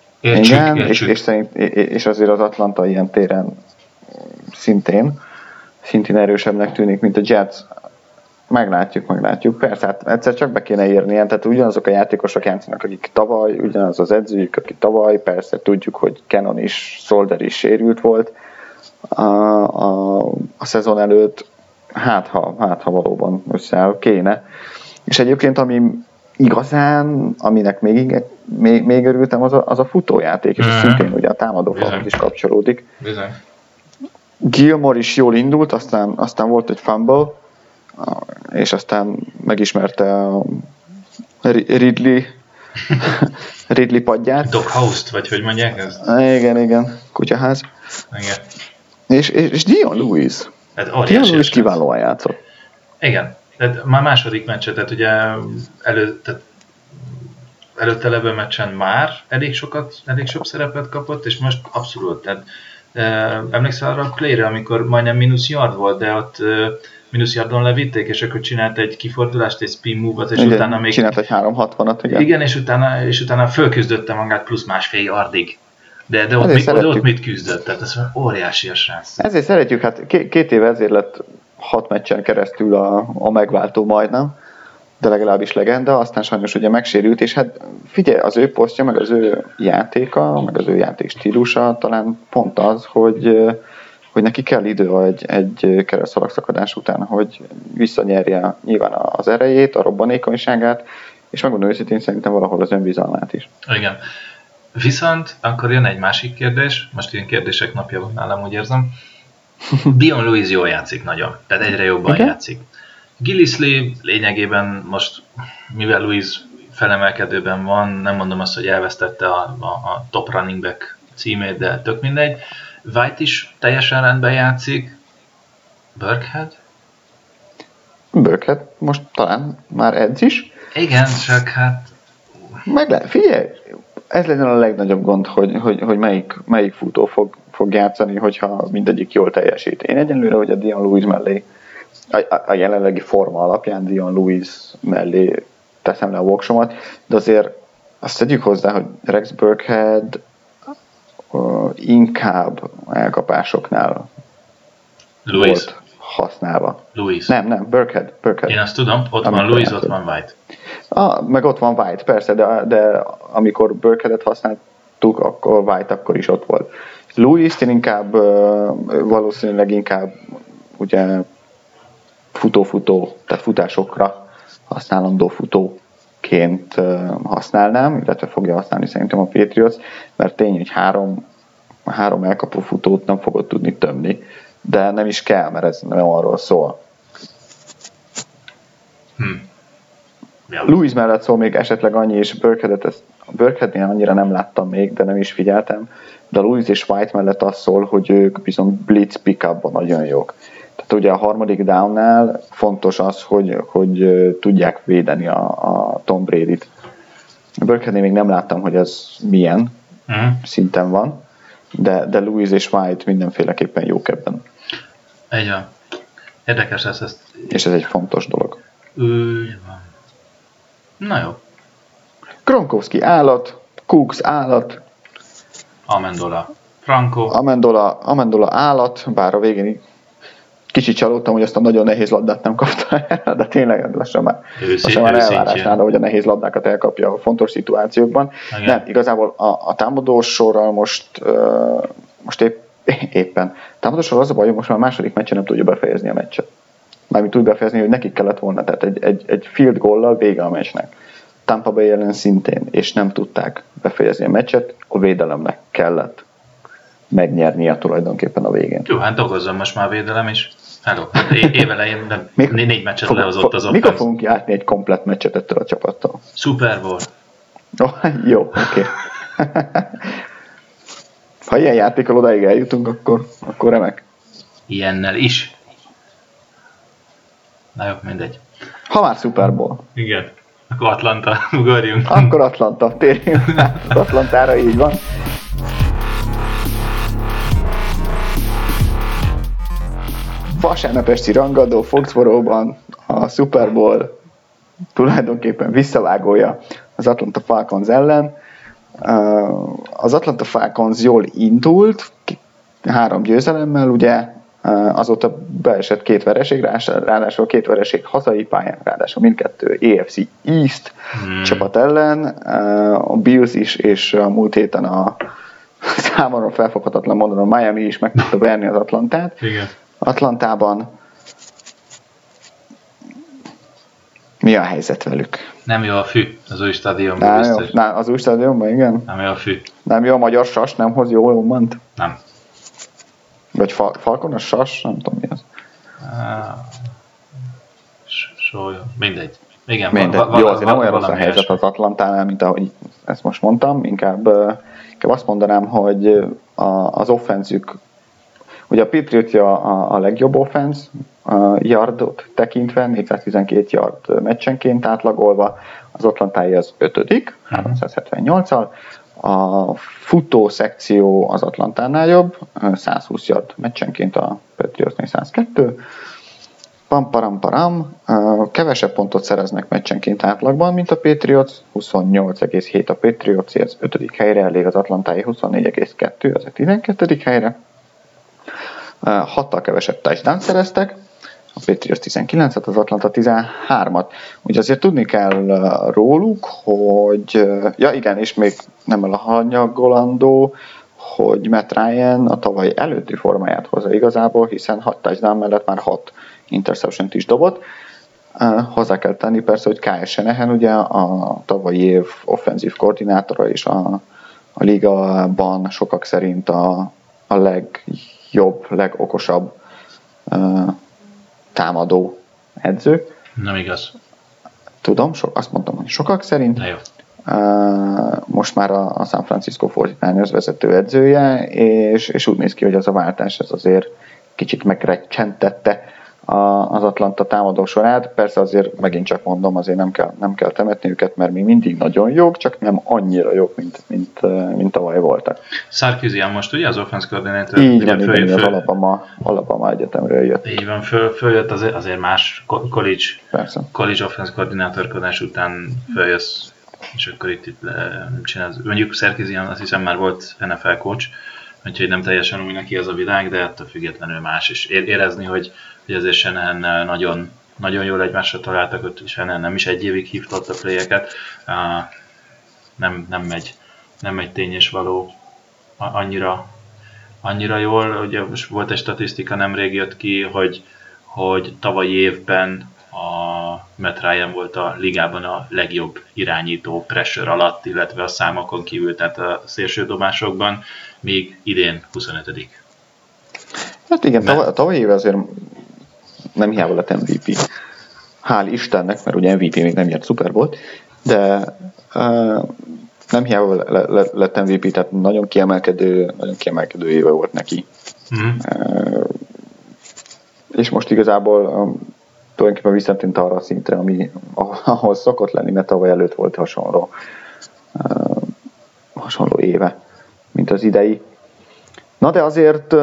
[SPEAKER 1] És azért az Atlanta ilyen téren szintén erősebbnek tűnik, mint a Jets. Meglátjuk. Persze, hát egyszer csak be kéne írni, tehát ugyanazok a játékosok játszanak, akik tavaly, ugyanaz az edzőjük, aki tavaly, persze tudjuk, hogy Cannon is, Solder is sérült volt a szezon előtt, hát ha valóban összeáll, kéne. És egyébként ami igazán, aminek még örültem, az a futójáték, és szintén ugye a támadófalhoz is kapcsolódik.
[SPEAKER 2] Bizony.
[SPEAKER 1] Gilmore is jól indult, aztán volt egy fumble, és aztán megismerte a Ridley padját.
[SPEAKER 2] Doghouse-t, vagy hogy mondják ezt?
[SPEAKER 1] Igen, kutyaház.
[SPEAKER 2] Igen.
[SPEAKER 1] És Dion Lewis. Dion Lewis kiválóan játszott.
[SPEAKER 2] Igen, tehát már második meccset, tehát ugye előtte levő meccsen már elég sok szerepet kapott, és most abszolút, tehát emlékszel arra a Clay-re, amikor majdnem mínusz yard volt, de ott mínusz yardon levitték, és akkor csinált egy kifordulást, egy spin move-ot, és igen, utána még...
[SPEAKER 1] csinált egy 360-at, igen.
[SPEAKER 2] Igen, és utána fölküzdötte magát plusz másfél yardig. De ott mit küzdött? Tehát ez óriási a srác.
[SPEAKER 1] Ezért szeretjük, hát 2 éve ezért lett 6 meccsen keresztül a megváltó majdnem, de legalábbis legenda, aztán sajnos ugye megsérült, és hát figyelj, az ő posztja, meg az ő játéka, meg az ő játék stílusa talán pont az, hogy neki kell idő egy keresztszalagszakadás után, hogy visszanyerje nyilván az erejét, a robbanékonyságát, és megmondom őszintén szerintem valahol az önbizalmát is.
[SPEAKER 2] Igen. Viszont akkor jön egy másik kérdés, most ilyen kérdések napja van nálam, úgy érzem. Dion Lewis jól játszik nagyon, tehát egyre jobban játszik. Gillislee lényegében most, mivel Lewis felemelkedőben van, nem mondom azt, hogy elvesztette a top running back címét, de tök mindegy. White is teljesen rendben játszik.
[SPEAKER 1] Burkhead most talán már edz is.
[SPEAKER 2] Igen, csak hát...
[SPEAKER 1] Figyelj, ez legyen a legnagyobb gond, hogy melyik futó fog játszani, hogyha mindegyik jól teljesít. Én egyenlőre, hogy a Dion Lewis mellé, a jelenlegi forma alapján Dion Lewis mellé teszem le a voksomat, de azért azt tegyük hozzá, hogy Rex Burkhead inkább elkapásoknál volt használva.
[SPEAKER 2] Lewis.
[SPEAKER 1] Nem, Burkhead.
[SPEAKER 2] Én azt tudom, ott van Lewis, ott van White.
[SPEAKER 1] Meg ott van White, persze, de amikor Burkheadet használt, láttuk, akkor White akkor is ott volt. Lewis-t én inkább, valószínűleg inkább ugye futó, tehát futásokra használandó futóként használnám, illetve fogja használni szerintem a Patriots, mert tény, hogy három elkapó futót nem fogod tudni tömni, de nem is kell, mert ez nem arról szól. Lewis mellett szól még esetleg annyi, és Burkheadnél annyira nem láttam még, de nem is figyeltem, de Lewis és White mellett az szól, hogy ők viszont blitz pick-upban nagyon jók. Tehát ugye a harmadik downnál fontos az, hogy tudják védeni a Tom Brady-t. Burkheadnél még nem láttam, hogy ez milyen szinten van, de Lewis és White mindenféleképpen jók ebben.
[SPEAKER 2] Így van. Érdekes lesz ezt.
[SPEAKER 1] És ez egy fontos dolog.
[SPEAKER 2] Úgy van. Na jó.
[SPEAKER 1] Gronkowski állat, Cooks állat,
[SPEAKER 2] Amendola Franco.
[SPEAKER 1] Amendola állat, bár a végén kicsit csalódtam, hogy azt a nagyon nehéz labdát nem kapta el, de tényleg lassan már elvárás nála, hogy a nehéz labdákat elkapja a fontos szituációkban. Igen. Nem, igazából a támadósorral most éppen. Támadósorral az a baj, hogy most már a második meccsen nem tudja befejezni a meccset. Mármint úgy befejezni, hogy nekik kellett volna, tehát egy field goal-lal vége a meccsnek. Tampa Bay ellen szintén, és nem tudták befejezni a meccset, a védelemnek kellett megnyernie tulajdonképpen a végén.
[SPEAKER 2] Jó, hát dolgozzon most már a védelem is. Hello. Évelején 4 meccset lehozott az offense.
[SPEAKER 1] Mikor fogunk játni egy komplett meccset ettől a csapattól?
[SPEAKER 2] Super Bowl.
[SPEAKER 1] Jó, oké. Ha ilyen játékkal odáig eljutunk, akkor remek.
[SPEAKER 2] Ilyennel is. Na jó, mindegy.
[SPEAKER 1] Ha már Super Bowl.
[SPEAKER 2] Igen. Akkor Atlanta, ugorjunk.
[SPEAKER 1] Akkor Atlanta, térjünk az Atlantára, így van. Vasárnap esti rangadó Foxborough-ban a Super Bowl tulajdonképpen visszavágója az Atlanta Falcons ellen. Az Atlanta Falcons jól indult, 3 győzelemmel, ugye, azóta beesett 2 vereség, ráadásul 2 vereség hazai pályán, ráadásul mindkettő AFC East csapat ellen. A Bills is, és a múlt héten a számomra felfoghatatlan módon a Miami is meg tudta verni az Atlantát.
[SPEAKER 2] Igen.
[SPEAKER 1] Atlantában mi a helyzet velük?
[SPEAKER 2] Nem jó a fű az új stadionban biztos.
[SPEAKER 1] Az új stadionban, igen.
[SPEAKER 2] Nem jó a fű.
[SPEAKER 1] Nem jó a magyar sas, nem hoz jó mond?
[SPEAKER 2] Nem.
[SPEAKER 1] Vagy Falcon a sas? Nem tudom mi az.
[SPEAKER 2] Mindegy. Igen,
[SPEAKER 1] jó, azért nem olyan rossz a helyzet az Atlantánál, mint ahogy ezt most mondtam. Inkább azt mondanám, hogy az offenzük, ugye a Patriotja a legjobb offense, yardot tekintve, 412 yard meccsenként átlagolva, az Atlantája az 5. 378-al, a futó szekció az Atlantánál jobb, 120 yard meccsenként, a Patriotsnél 102, param, kevesebb pontot szereznek meccsenként átlagban, mint a Patriots, 28,7 a Patriots, az 5. helyre, elég az Atlantái 24,2, az a 12. helyre. 6-tal kevesebb touchdown szereztek, a Patriots 19-et, az Atlanta 13-at. Ugye azért tudni kell róluk, hogy, ja igen, és még nem elhanyagolandó, hogy Matt Ryan a tavaly előtti formáját hozza igazából, hiszen 6 touchdown mellett már 6 interception-t is dobott. Hozzá kell tenni persze, hogy Kyle Shanahan ugye a tavalyi év offenzív koordinátora, és a ligában sokak szerint a legjobb, legokosabb támadó edző.
[SPEAKER 2] Nem igaz.
[SPEAKER 1] Tudom, azt mondtam, hogy sokak szerint. Most már a San Francisco 49ers vezető edzője, és úgy néz ki, hogy az a váltás ez azért kicsit megrecsentette az Atlanta támadó sorát. Persze azért megint csak mondom, azért nem kell temetni őket, mert még mindig nagyon jók, csak nem annyira jók, mint tavaly voltak.
[SPEAKER 2] Sarkisian most ugye az offense coordinator?
[SPEAKER 1] Így van, az Alabama Egyetemről jött.
[SPEAKER 2] Így van, följött azért más college offense koordinátorkodás után följössz, és akkor itt csinálsz. Mondjuk Sarkisian azt hiszem már volt NFL coach, úgyhogy nem teljesen új neki ez a világ, de ettől függetlenül más, és érezni, hogy azért Shanahan nagyon jól egymásra találtak, ott Shanahan nem is egy évig hívtott a playeket, nem megy nem egy tény és való annyira jól. Ugye most volt egy statisztika, nemrég jött ki, hogy tavalyi évben a Matt Ryan volt a ligában a legjobb irányító pressure alatt, illetve a számokon kívül, tehát a szélsődobásokban, míg idén 25.
[SPEAKER 1] Hát igen, tavalyi éve azért nem hiába lett MVP. Hál' Istennek, mert ugye MVP még nem nyert Super Bowl-t, de nem hiába lett MVP, tehát nagyon kiemelkedő éve volt neki. És most igazából tulajdonképpen visszatint arra a szintre, ahol szokott lenni, mert tavaly előtt volt hasonló éve, mint az idei. Na de azért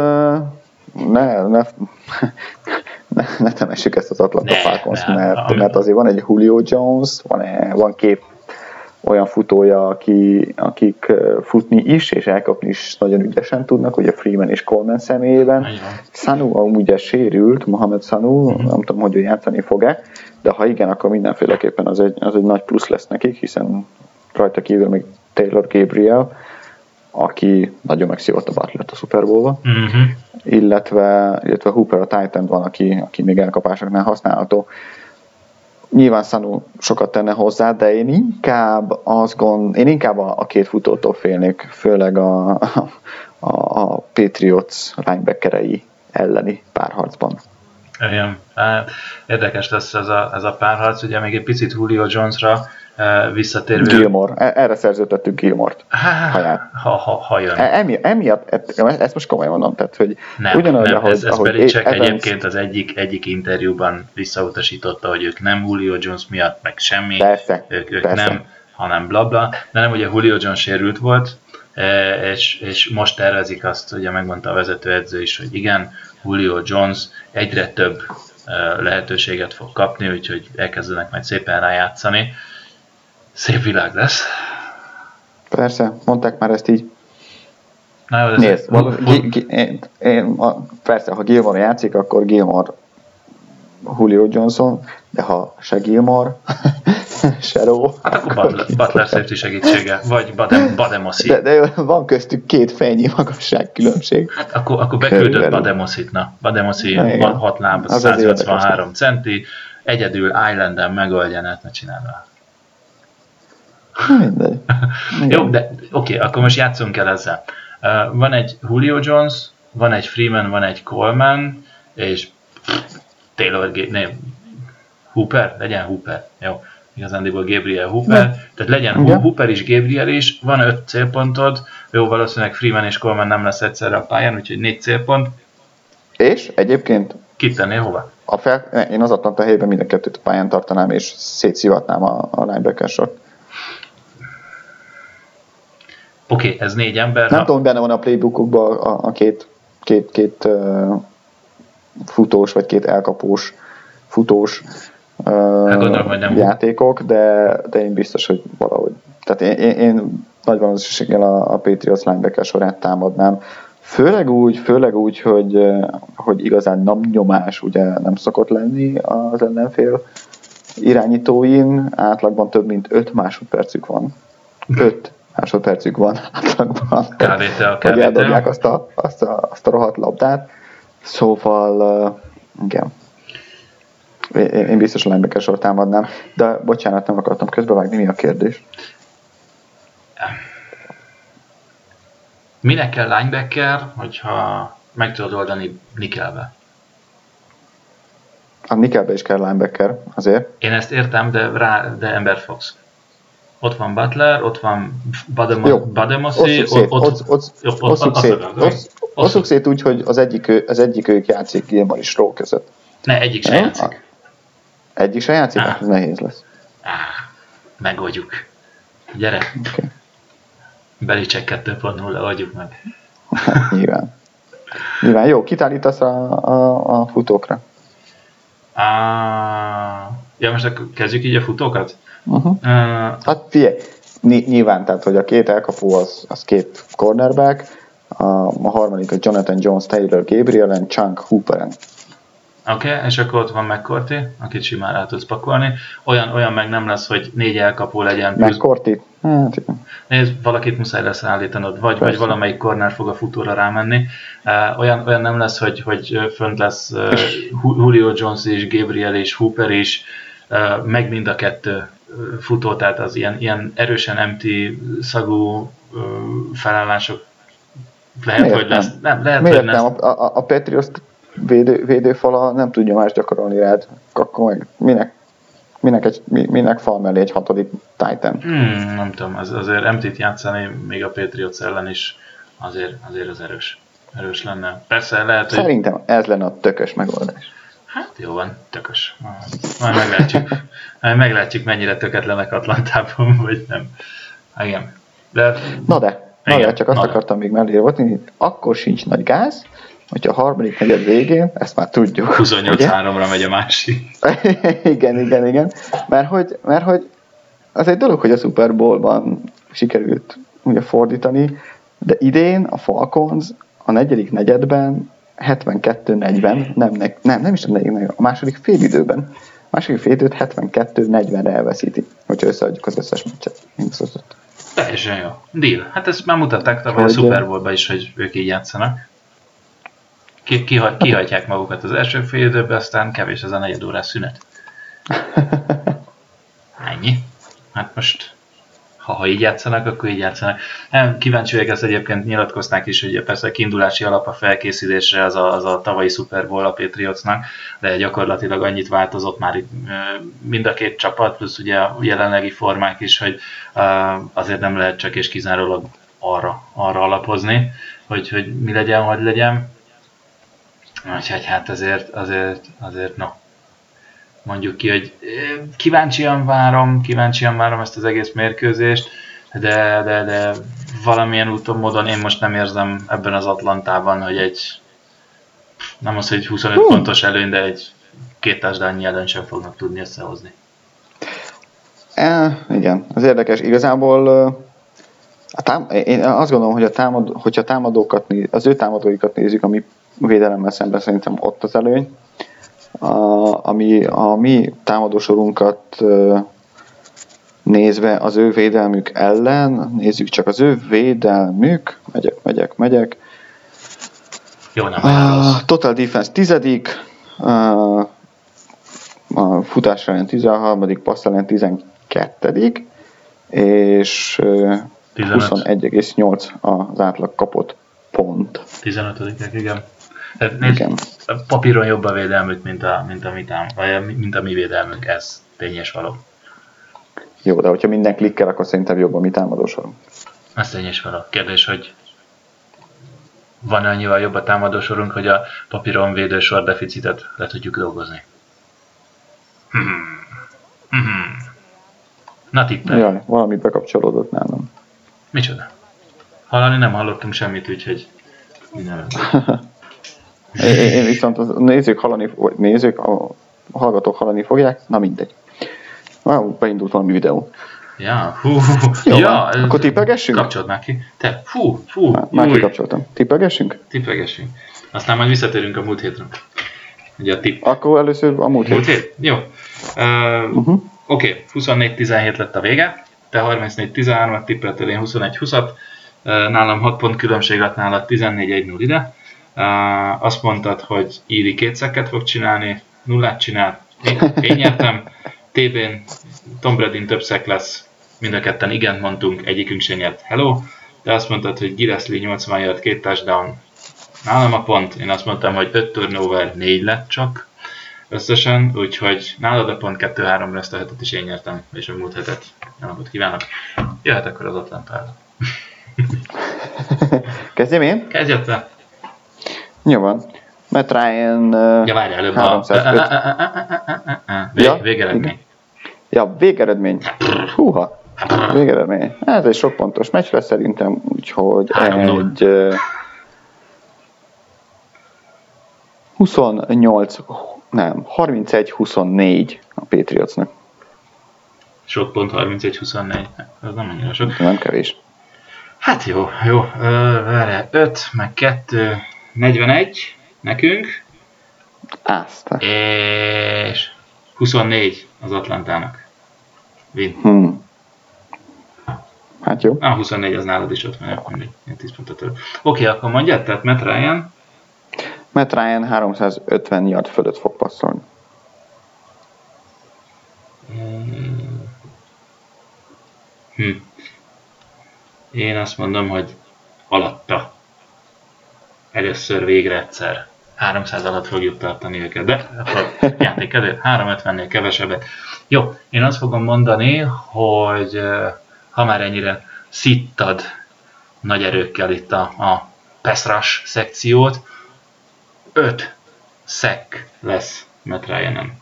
[SPEAKER 1] ne temessük ezt az Atlanta Falcons, mert azért van egy Julio Jones, van két olyan futója, akik futni is, és elkapni is nagyon ügyesen tudnak, ugye Freeman és Coleman személyében. Sanu ugye sérült, Mohamed Sanu, nem tudom, hogy ő játszani fog-e, de ha igen, akkor mindenféleképpen az egy nagy plusz lesz nekik, hiszen rajta kívül még Taylor Gabriel, aki nagyon megszívott a Butlert a Super Bowl-ba, illetve Hooper a Titan van, aki még elkapásoknál használható. Nyilván Sanu sokat tenne hozzá, de én inkább a két futótól félnék, főleg a Patriots linebackerei elleni párharcban.
[SPEAKER 2] Igen, érdekes lesz ez a párharc, ugye még egy picit Julio Jonesra visszatérve.
[SPEAKER 1] Gilmore, erre szerződtettük Gilmore-t.
[SPEAKER 2] Ha jön.
[SPEAKER 1] Emiatt, ezt most komolyan mondom, tehát, hogy
[SPEAKER 2] nem, ez Belichick egyébként az egyik interjúban visszautasította, hogy ők nem Julio Jones miatt, meg semmi,
[SPEAKER 1] persze.
[SPEAKER 2] Nem, hanem blabla, de nem, ugye Julio Jones sérült volt, és most tervezik azt, ugye megmondta a vezetőedző is, hogy igen, Julio Jones egyre több lehetőséget fog kapni, úgyhogy elkezdenek majd szépen rájátszani. Szép világ lesz.
[SPEAKER 1] Persze, mondták már ezt így.
[SPEAKER 2] Na,
[SPEAKER 1] nézd, persze, ha Gilmore játszik, akkor Gilmore Julio Johnson, de ha se Gilmore, se Rowe.
[SPEAKER 2] Hát akkor Butler safety segítsége, vagy Bademoszi.
[SPEAKER 1] De van köztük két fejnyi magasság különbség.
[SPEAKER 2] Hát akkor beküldött Bademoszit, na. Bademoszi 6 láb, 183 centi, egyedül Islanden megoldja, ne csinálva.
[SPEAKER 1] Mindegy.
[SPEAKER 2] Jó, de oké, akkor most játszunk el ezzel. Van egy Julio Jones, van egy Freeman, van egy Coleman, és Taylor, Hooper, legyen Hooper, jó. Igazándiból Gabriel Hooper, tehát legyen Hooper is, Gabriel is, van 5 célpontod, jó, valószínűleg Freeman és Coleman nem lesz egyszerre a pályán, úgyhogy 4 célpont.
[SPEAKER 1] És egyébként?
[SPEAKER 2] Kit tennél hova?
[SPEAKER 1] Én az Atlanta helyében mind a kettőt a pályán tartanám, és szétszivatnám a linebacker sort.
[SPEAKER 2] Oké, ez 4 ember.
[SPEAKER 1] Nem tudom, benne van a playbookokban a két futós, vagy két elkapós futós játékok, de én biztos, hogy valahogy. Tehát én nagy valószínűséggel a Patriots linebacker sorát támadnám. Főleg úgy, hogy igazán nyomás ugye nem szokott lenni az ellenfél irányítóin. Átlagban több mint 5 másodpercük van. 5 másodpercük van átlagban, hogy eldobják azt a rohadt labdát. Szóval, igen. Én biztos a linebacker sort támadnám, de bocsánat, nem akartam közbevágni, mi a kérdés?
[SPEAKER 2] Minek kell linebacker, hogyha meg tudod oldani nickelbe?
[SPEAKER 1] A nickelbe is kell linebacker, azért.
[SPEAKER 2] Én ezt értem, de Ember Fox. Ott van Butler, ott van Bademoszi,
[SPEAKER 1] osszuk szét úgy, hogy az egyik ők játszik Gilmore és Rowe között.
[SPEAKER 2] Ne, egyik se játszik.
[SPEAKER 1] Egyik se játszik? Ez nehéz lesz.
[SPEAKER 2] Megoldjuk. Gyere. Okay. Belichick 2.0, oldjuk meg.
[SPEAKER 1] Nyilván. Jó, kit állítasz a futókra?
[SPEAKER 2] Ja, most akkor kezdjük így a futókat?
[SPEAKER 1] Hát figyelj, nyilván, tehát hogy a két elkapó az két cornerback, a harmadik a Jonathan Jones, Taylor Gabriel, and Chunk Hooperen.
[SPEAKER 2] Oké, és akkor ott van McCourty, akit simán el tudsz pakolni. Olyan meg nem lesz, hogy 4 elkapó legyen.
[SPEAKER 1] McCourty? Hát igen.
[SPEAKER 2] Nézd, valakit muszáj lesz állítanod, vagy valamelyik corner fog a futóra rámenni. Olyan nem lesz, hogy fönt lesz Julio Jones és Gabriel és Hooper is, meg mind a kettő futó, tehát az ilyen erősen empty szagú felállások lehet,
[SPEAKER 1] miért
[SPEAKER 2] hogy lesz. Nem, lehet,
[SPEAKER 1] miért
[SPEAKER 2] hogy
[SPEAKER 1] nem? A Patriots védőfala nem tud nyomást gyakorolni rád, akkor meg minek fal mellé egy 6. Titan?
[SPEAKER 2] Nem tudom, azért empty-t játszani még a Patriots ellen is azért az erős lenne. Persze lehet, hogy...
[SPEAKER 1] Szerintem ez lenne a tökös megoldás.
[SPEAKER 2] Hát jó van, tökös. Majd meglátjuk, mennyire töketlenek Atlantában, vagy nem. Igen.
[SPEAKER 1] Na de, csak azt akartam még mellé volni, akkor sincs nagy gáz, hogyha a harmadik negyed végén, ezt már tudjuk.
[SPEAKER 2] 28-3-ra megy a másik.
[SPEAKER 1] igen. Mert hogy az egy dolog, hogy a Super Bowl-ban sikerült ugye fordítani, de idén a Falcons a negyedik negyedben 72-40, nem is a második félidőben. A második félidőt 72-40-re elveszíti, hogyha összeadjuk az összes meccset.
[SPEAKER 2] Teljesen jó. Deal. Hát ezt már mutatták tavaly a Super Bowl-ban is, hogy ők így játszanak. Kihajtják magukat az első félidőbe, aztán kevés az a negyed órás szünet. Ennyi. Hát most, ha így játszanak, akkor így játszanak. Kíváncsi vagyok, ezt egyébként nyilatkozták is, hogy persze a kiindulási alap a felkészülésre az a tavalyi Super Bowl a Patriotsnak, de gyakorlatilag annyit változott már itt mind a két csapat, plusz ugye a jelenlegi formák is, hogy azért nem lehet csak és kizárólag arra alapozni, hogy mi legyen, hogy legyen. Úgyhogy hát azért no. Mondjuk ki, hogy kíváncsian várom ezt az egész mérkőzést, de valamilyen úton, módon én most nem érzem ebben az Atlantában, hogy nem az, hogy 25 pontos előny, de egy 2 touchdown előny sem fognak tudni összehozni.
[SPEAKER 1] Igen, az érdekes. Igazából én azt gondolom, hogy hogyha az ő támadóikat nézzük, ami védelemmel szemben szerintem ott az előny. Ami a mi támadósorunkat nézve az ő védelmük ellen, nézzük csak az ő védelmük, megyek.
[SPEAKER 2] Jó, nem rossz.
[SPEAKER 1] Total defense 10, a futás ellen 13, passz ellen 12, és 21,8 az átlag kapott pont.
[SPEAKER 2] 15. igen. Igen. Papíron jobb a védelmük, mint a mi védelmünk, ez tényes való.
[SPEAKER 1] Jó, de hogyha minden klikkel, akkor szerintem jobb a mi támadósorunk.
[SPEAKER 2] Ez tényes való. Kérdés, hogy van annyival jobb a támadósorunk, hogy a papíron védősor deficitet le tudjuk dolgozni. Na tippelj.
[SPEAKER 1] Jaj, valami bekapcsolódott nálam.
[SPEAKER 2] Micsoda? Hallani nem hallottunk semmit, úgyhogy minden.
[SPEAKER 1] Én viszont a hallgatók hallani fogják, na mindegy. Beindult valami videó.
[SPEAKER 2] Ja,
[SPEAKER 1] jó, ja, akkor tippelgessünk?
[SPEAKER 2] Kapcsold már ki. Te,
[SPEAKER 1] már kikapcsoltam. Tippelgessünk?
[SPEAKER 2] Tippelgessünk. Aztán majd visszatérünk a múlt hétre. Ugye a tipp.
[SPEAKER 1] Akkor először a múlt hét.
[SPEAKER 2] Jó. Oké, 24-17 lett a vége. Te 34-13-at tippeltél, én 21-20-at. Nálam 6 pont különbség lett, nálad 14-1-0 ide. Azt mondtad, hogy Iri 2 szekket fog csinálni, 0 csinál, én nyertem, TB-n Tom Brady-n több szek lesz, mind a ketten igent mondtunk, egyikünk se nyert, hello, de azt mondtad, hogy Gillespie 80 yard, 2 touchdown, nálam a pont, én azt mondtam, hogy 5 turnover, 4 lett csak összesen, úgyhogy nálad a pont 2-3 ezt a hetet is én nyertem, és a múlt hetet, napot kívánok, jöhet akkor az Atlantára.
[SPEAKER 1] Kezdjem én?
[SPEAKER 2] Kezdjed te!
[SPEAKER 1] Jó van. Matt Ryan...
[SPEAKER 2] Ja, várj, előbb
[SPEAKER 1] 305.
[SPEAKER 2] Végeredmény.
[SPEAKER 1] Ja, végeredmény. Húha. Végeredmény. Ez egy sok pontos meccs lesz szerintem, úgyhogy 31-24 a Patriotsnak.
[SPEAKER 2] Sok pont 31-24. Ez nem annyira sok.
[SPEAKER 1] Nem kevés.
[SPEAKER 2] Hát jó. 5, meg 2, 41 nekünk.
[SPEAKER 1] Azt.
[SPEAKER 2] És 24 az Atlantának. Win.
[SPEAKER 1] Hát jó.
[SPEAKER 2] 24 az nálad is ott van, mindig 10 pontot több. Oké, akkor mondjad, tehát Matt Ryan.
[SPEAKER 1] Matt Ryan 350 yard fölött fog passzolni.
[SPEAKER 2] Én azt mondom, hogy alatta. Először végre egyszer. 300 alatt fogjuk tartani őket, de akkor játékelő 350-nél kevesebbet. Jó, én azt fogom mondani, hogy ha már ennyire szittad nagy erőkkel itt a pass rush szekciót, 5 sack lesz Matt Ryan-en.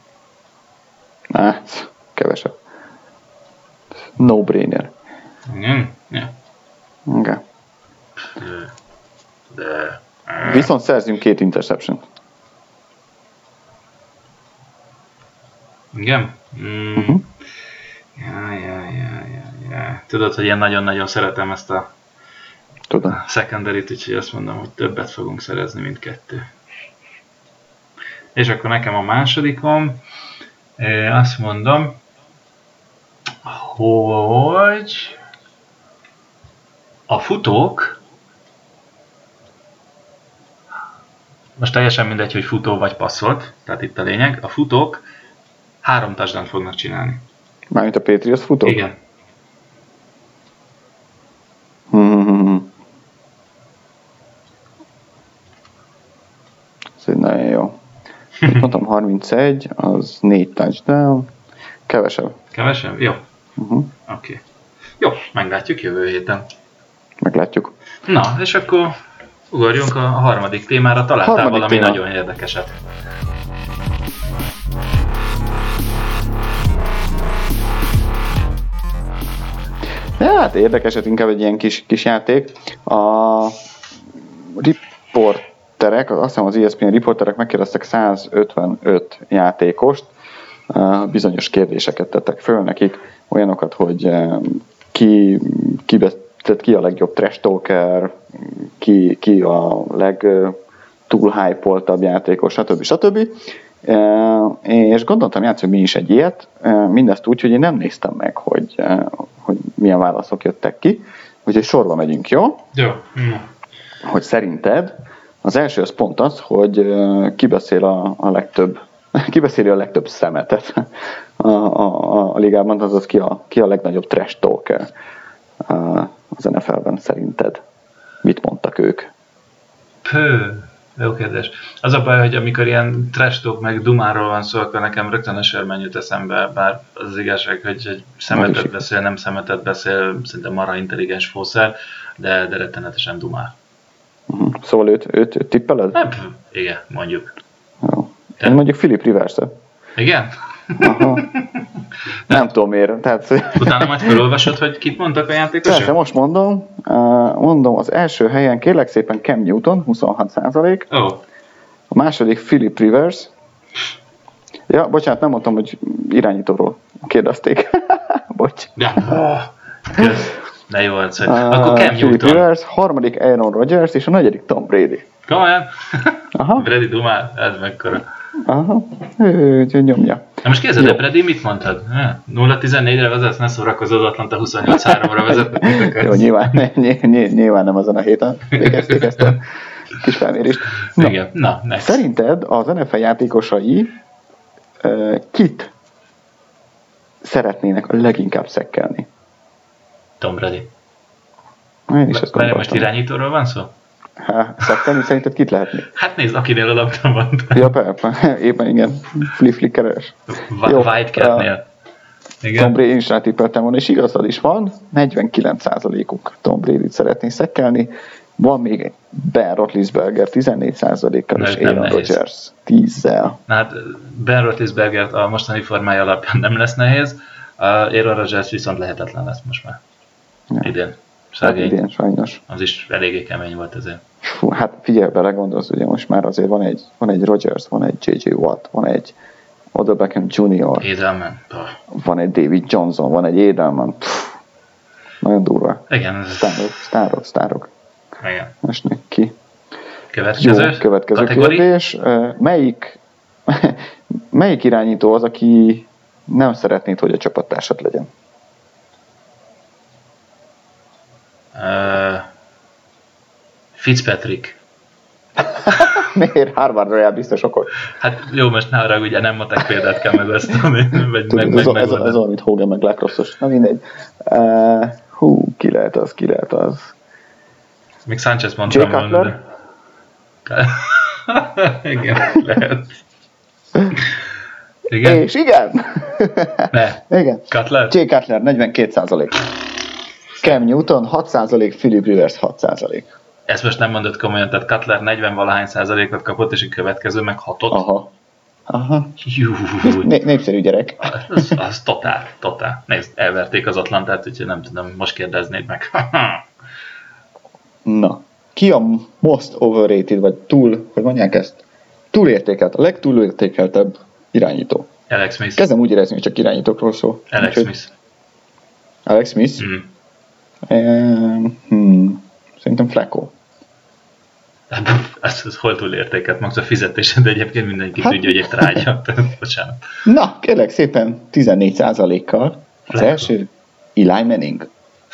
[SPEAKER 1] Kevesebb. No-brainer.
[SPEAKER 2] Igen? Ja.
[SPEAKER 1] Okay.
[SPEAKER 2] De
[SPEAKER 1] viszont szerzünk 2 interception.
[SPEAKER 2] Igen? Ja. Tudod, hogy én nagyon-nagyon szeretem ezt a secondary-t, úgyhogy azt mondom, hogy többet fogunk szerezni, mint 2. És akkor nekem a másodikom, azt mondom, hogy a futók, most teljesen mindegy, hogy futó vagy passzolt, tehát itt a lényeg, a futók 3 touchdown-t fognak csinálni.
[SPEAKER 1] Mármint a Patriots futók?
[SPEAKER 2] Igen.
[SPEAKER 1] Ez egy nagyon jó. Itt mondtam 31, az 4 touchdown. Kevesebb.
[SPEAKER 2] Kevesebb? Jó. Oké. Jó, meglátjuk jövő héten.
[SPEAKER 1] Meglátjuk.
[SPEAKER 2] Na, és akkor ugorjunk a harmadik témára. Találtál valami téma. Nagyon érdekeset.
[SPEAKER 1] Ja, hát érdekeset, inkább egy ilyen kis játék. A riporterek, azt hiszem az ESPN riporterek megkérdeztek 155 játékost, bizonyos kérdéseket tettek föl nekik, olyanokat, hogy ki a legjobb trash talker, ki a túl hype-oltabb játékos, stb. És gondoltam játszani mi is egy ilyet, mindezt úgy, hogy én nem néztem meg, hogy milyen válaszok jöttek ki, úgyhogy sorba megyünk, jó?
[SPEAKER 2] Jó.
[SPEAKER 1] Hogy szerinted az első az pont az, hogy kibeszéli a legtöbb szemetet a ligában, azaz ki a legnagyobb trash talker az NFL-ben szerinted. Mit mondtak ők?
[SPEAKER 2] Jó kérdés. Az a baj, hogy amikor ilyen trash talk meg dumáról van szó, akkor nekem rögtön a Sherman jut eszembe, bár az igazság, hogy szemetet beszél, nem szemetet beszél, szinte marha intelligens fószer, de rettenetesen dumál.
[SPEAKER 1] Szóval őt tippeled?
[SPEAKER 2] Igen, mondjuk.
[SPEAKER 1] Jó. Én mondjuk Philip Rivers-et.
[SPEAKER 2] Igen?
[SPEAKER 1] Aha. Nem tudom miért. Tehát...
[SPEAKER 2] Utána majd felolvasod, hogy kit mondtak a játékosok?
[SPEAKER 1] Persze, most mondom, az első helyen kérlek szépen Cam Newton, 26%. A második Philip Rivers. Ja, bocsánat, nem mondtam, hogy irányítóról kérdezték. Bocs.
[SPEAKER 2] De jó, akkor Cam Newton.
[SPEAKER 1] Philip Rivers, harmadik Aaron Rodgers, és a negyedik Tom Brady.
[SPEAKER 2] Komolyan? Brady dumál, ez mekkora.
[SPEAKER 1] Aha, ő nyomja.
[SPEAKER 2] Na most kérdezed, Brady mit mondtad? 0-14-re vezetsz, ne szórakozod, Atlanta 28-3-ra vezet.
[SPEAKER 1] Jó, nyilván nem azon a héten végezték ezt a kis felmérést.
[SPEAKER 2] Igen, na, next.
[SPEAKER 1] Szerinted az NFL játékosai kit szeretnének a leginkább szekkelni?
[SPEAKER 2] Tom Brady.
[SPEAKER 1] Én is ezt gondoltam.
[SPEAKER 2] Most irányítóról van szó?
[SPEAKER 1] Szekkelni szerinted kit lehetni?
[SPEAKER 2] Hát nézd, akinél a labda van.
[SPEAKER 1] Ja, persze, éppen igen. Flickeres.
[SPEAKER 2] Wildcat-nél.
[SPEAKER 1] Tom Brady is rátippeltem volna, és igazad is van, 49%-uk Tom Brady-t szeretné szekkelni. Van még Ben Roethlisberger 14%-kal, és Aaron Rodgers 10-zel.
[SPEAKER 2] Hát Ben Roethlisberger a mostani formája alapján nem lesz nehéz, Aaron Rodgers viszont lehetetlen lesz most már. Ja. Idén.
[SPEAKER 1] Idén, sajnos.
[SPEAKER 2] Az is eléggé kemény volt ezért.
[SPEAKER 1] Hát figyelj, belegondolsz, ugye most már azért van egy Rodgers, van egy J.J. Watt, van egy Odell Beckham Jr.
[SPEAKER 2] Edelman.
[SPEAKER 1] Van egy David Johnson, van egy Edelman. Nagyon durva.
[SPEAKER 2] Igen.
[SPEAKER 1] Sztárok.
[SPEAKER 2] Igen.
[SPEAKER 1] Esnek ki.
[SPEAKER 2] Következő
[SPEAKER 1] kérdés. Melyik Melyik irányító az, aki nem szeretnéd, hogy a csapattársad legyen?
[SPEAKER 2] Fitzpatrick.
[SPEAKER 1] Miért? Harvardra jár biztos okos.
[SPEAKER 2] Hát jó, most ne arra, ugye nem matek példát kell megosztani.
[SPEAKER 1] Ez olyan, mint Hogan meg Lacrosse-os. Na mindegy. Ki lehet az?
[SPEAKER 2] Még Sánchez mondtam volna. Igen, lehet.
[SPEAKER 1] Igen? És igen?
[SPEAKER 2] Ne.
[SPEAKER 1] Igen.
[SPEAKER 2] Cutler?
[SPEAKER 1] Jay Cutler, 42%. Cam Newton, 6%, Philip Rivers, 6%.
[SPEAKER 2] Ezt most nem mondod komolyan, tehát Cutler 40-valahány százalékot kapott, és a következő meg 6-ot?
[SPEAKER 1] Aha. Népszerű gyerek.
[SPEAKER 2] Az totál. Nézd, elverték az Atlantát, úgyhogy nem tudom, most kérdeznéd meg.
[SPEAKER 1] Na, ki a most overrated, vagy hogy mondják ezt? Túlértékelt, a legtúlértékeltebb irányító.
[SPEAKER 2] Alex Smith.
[SPEAKER 1] Kezdem úgy érezni, hogy csak irányítókról szól. Alex Smith? Szerintem Flacco.
[SPEAKER 2] Ez hol túlértékelt, max a fizetésed, de egyébként mindenki tudja, hogy egy trágya. Bocsánat.
[SPEAKER 1] Na, kérlek szépen 14%-kal. Az első Eli Manning.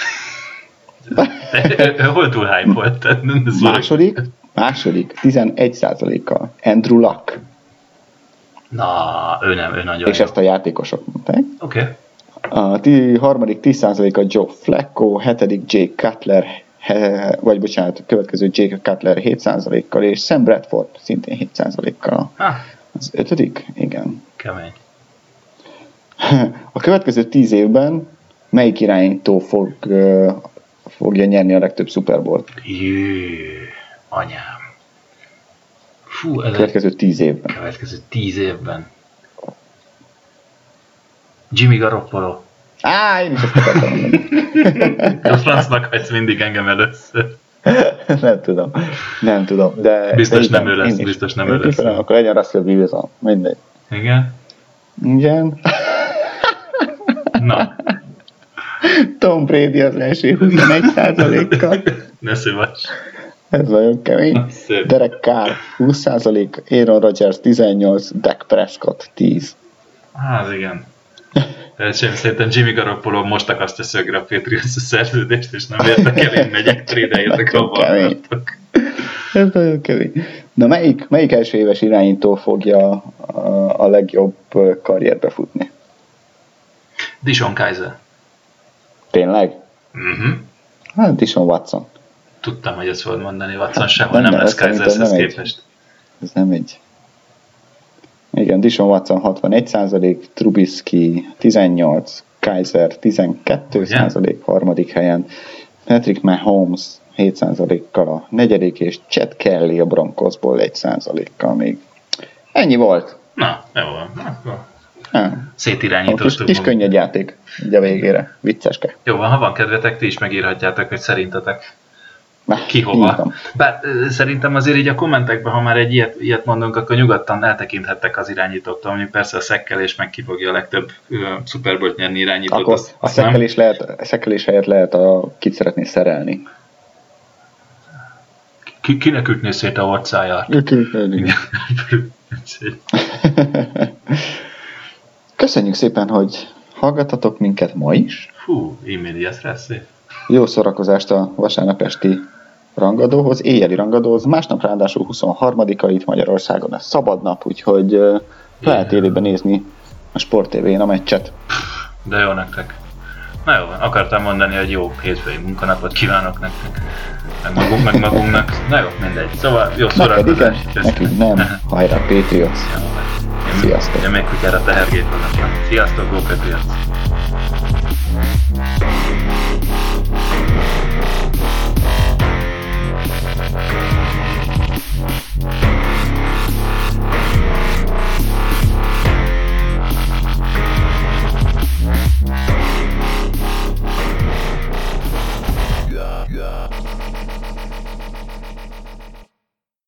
[SPEAKER 2] Hol túl hype volt?
[SPEAKER 1] Második 11%-kal. Andrew Luck.
[SPEAKER 2] Na, ő nagyon
[SPEAKER 1] és
[SPEAKER 2] jó.
[SPEAKER 1] Ezt a játékosok mondták.
[SPEAKER 2] Oké.
[SPEAKER 1] A harmadik 10%-a Joe Flacco, hetedik Jay Cutler, következő Jay Cutler 7%-kal, és Sam Bradford szintén 7%-kal. Az ötödik? Igen.
[SPEAKER 2] Kemény.
[SPEAKER 1] A következő 10 évben melyik irányító fogja nyerni a legtöbb Super Bowl-t?
[SPEAKER 2] Anyám.
[SPEAKER 1] A következő 10 évben.
[SPEAKER 2] Következő 10 évben. Jimmy Garoppolo.
[SPEAKER 1] Én is ezt akartam mondani.
[SPEAKER 2] A francnak hagysz mindig engem először.
[SPEAKER 1] Nem tudom. De
[SPEAKER 2] biztos nem ő lesz.
[SPEAKER 1] Akkor legyen Russell Wilson. Mindegy. Igen.
[SPEAKER 2] Na.
[SPEAKER 1] Tom Brady az első 21%-kal.
[SPEAKER 2] Ne szívass.
[SPEAKER 1] Ez nagyon kemény. Derek Carr 20%, Aaron Rodgers 18, Dak Prescott 10.
[SPEAKER 2] Az igen. Szerintem Jimmy Garoppolo most akasztja szögre a Patriots szerződést, és nem értek el, én megyek, trédeljetek a varnatok.
[SPEAKER 1] Ez nagyon kemény. Na melyik első éves irányító fogja a legjobb karrierbe futni?
[SPEAKER 2] Deshaun Kaiser.
[SPEAKER 1] Tényleg? Hát Deshaun Watson.
[SPEAKER 2] Tudtam, hogy ezt fogod mondani, Watson sehol nem lesz Kaiserhez képest.
[SPEAKER 1] Ez nem egy. Igen, Deshaun Watson 61%, Trubisky 18, Kaiser 12%, harmadik helyen, Patrick Mahomes 7%-kal a negyedik, és Chad Kelly a Broncosból 1%-kal még. Ennyi volt.
[SPEAKER 2] Na, jó van. Szétirányítottuk.
[SPEAKER 1] Kis könnyed játék így a végére. Vicceske.
[SPEAKER 2] Jó van, ha van kedvetek, ti is megírhatjátok, hogy szerintetek ki hova. Bár szerintem azért így a kommentekben, ha már egy ilyet mondunk, akkor nyugodtan eltekinthettek az irányítóktól, ami persze a szekkelés meg ki fogja a legtöbb Super Bowl-t nyerni irányítót.
[SPEAKER 1] Akkor a szekkelés helyett lehet kit szeretné szerelni.
[SPEAKER 2] Kinek ütné szét a orcáját?
[SPEAKER 1] Köszönjük szépen, hogy hallgattatok minket ma is.
[SPEAKER 2] E-médias lesz.
[SPEAKER 1] Jó szórakozást a vasárnap esti rangadóhoz, éjjeli rangadóhoz, másnap ráadásul 23-a itt Magyarországon, ez szabad nap, úgyhogy lehet élőben nézni a Sport TV-n a meccset.
[SPEAKER 2] De jó nektek. Na jó van, akartam mondani, hogy jó hétfői munkanapot kívánok nektek, meg magunknak. Na jó, mindegy. Szóval jó szórakozást.
[SPEAKER 1] Nekünk nem. Hajrá Patriots. Sziasztok.
[SPEAKER 2] Én még kutyára tehergép vannak. Sziasztok, Go Patriots.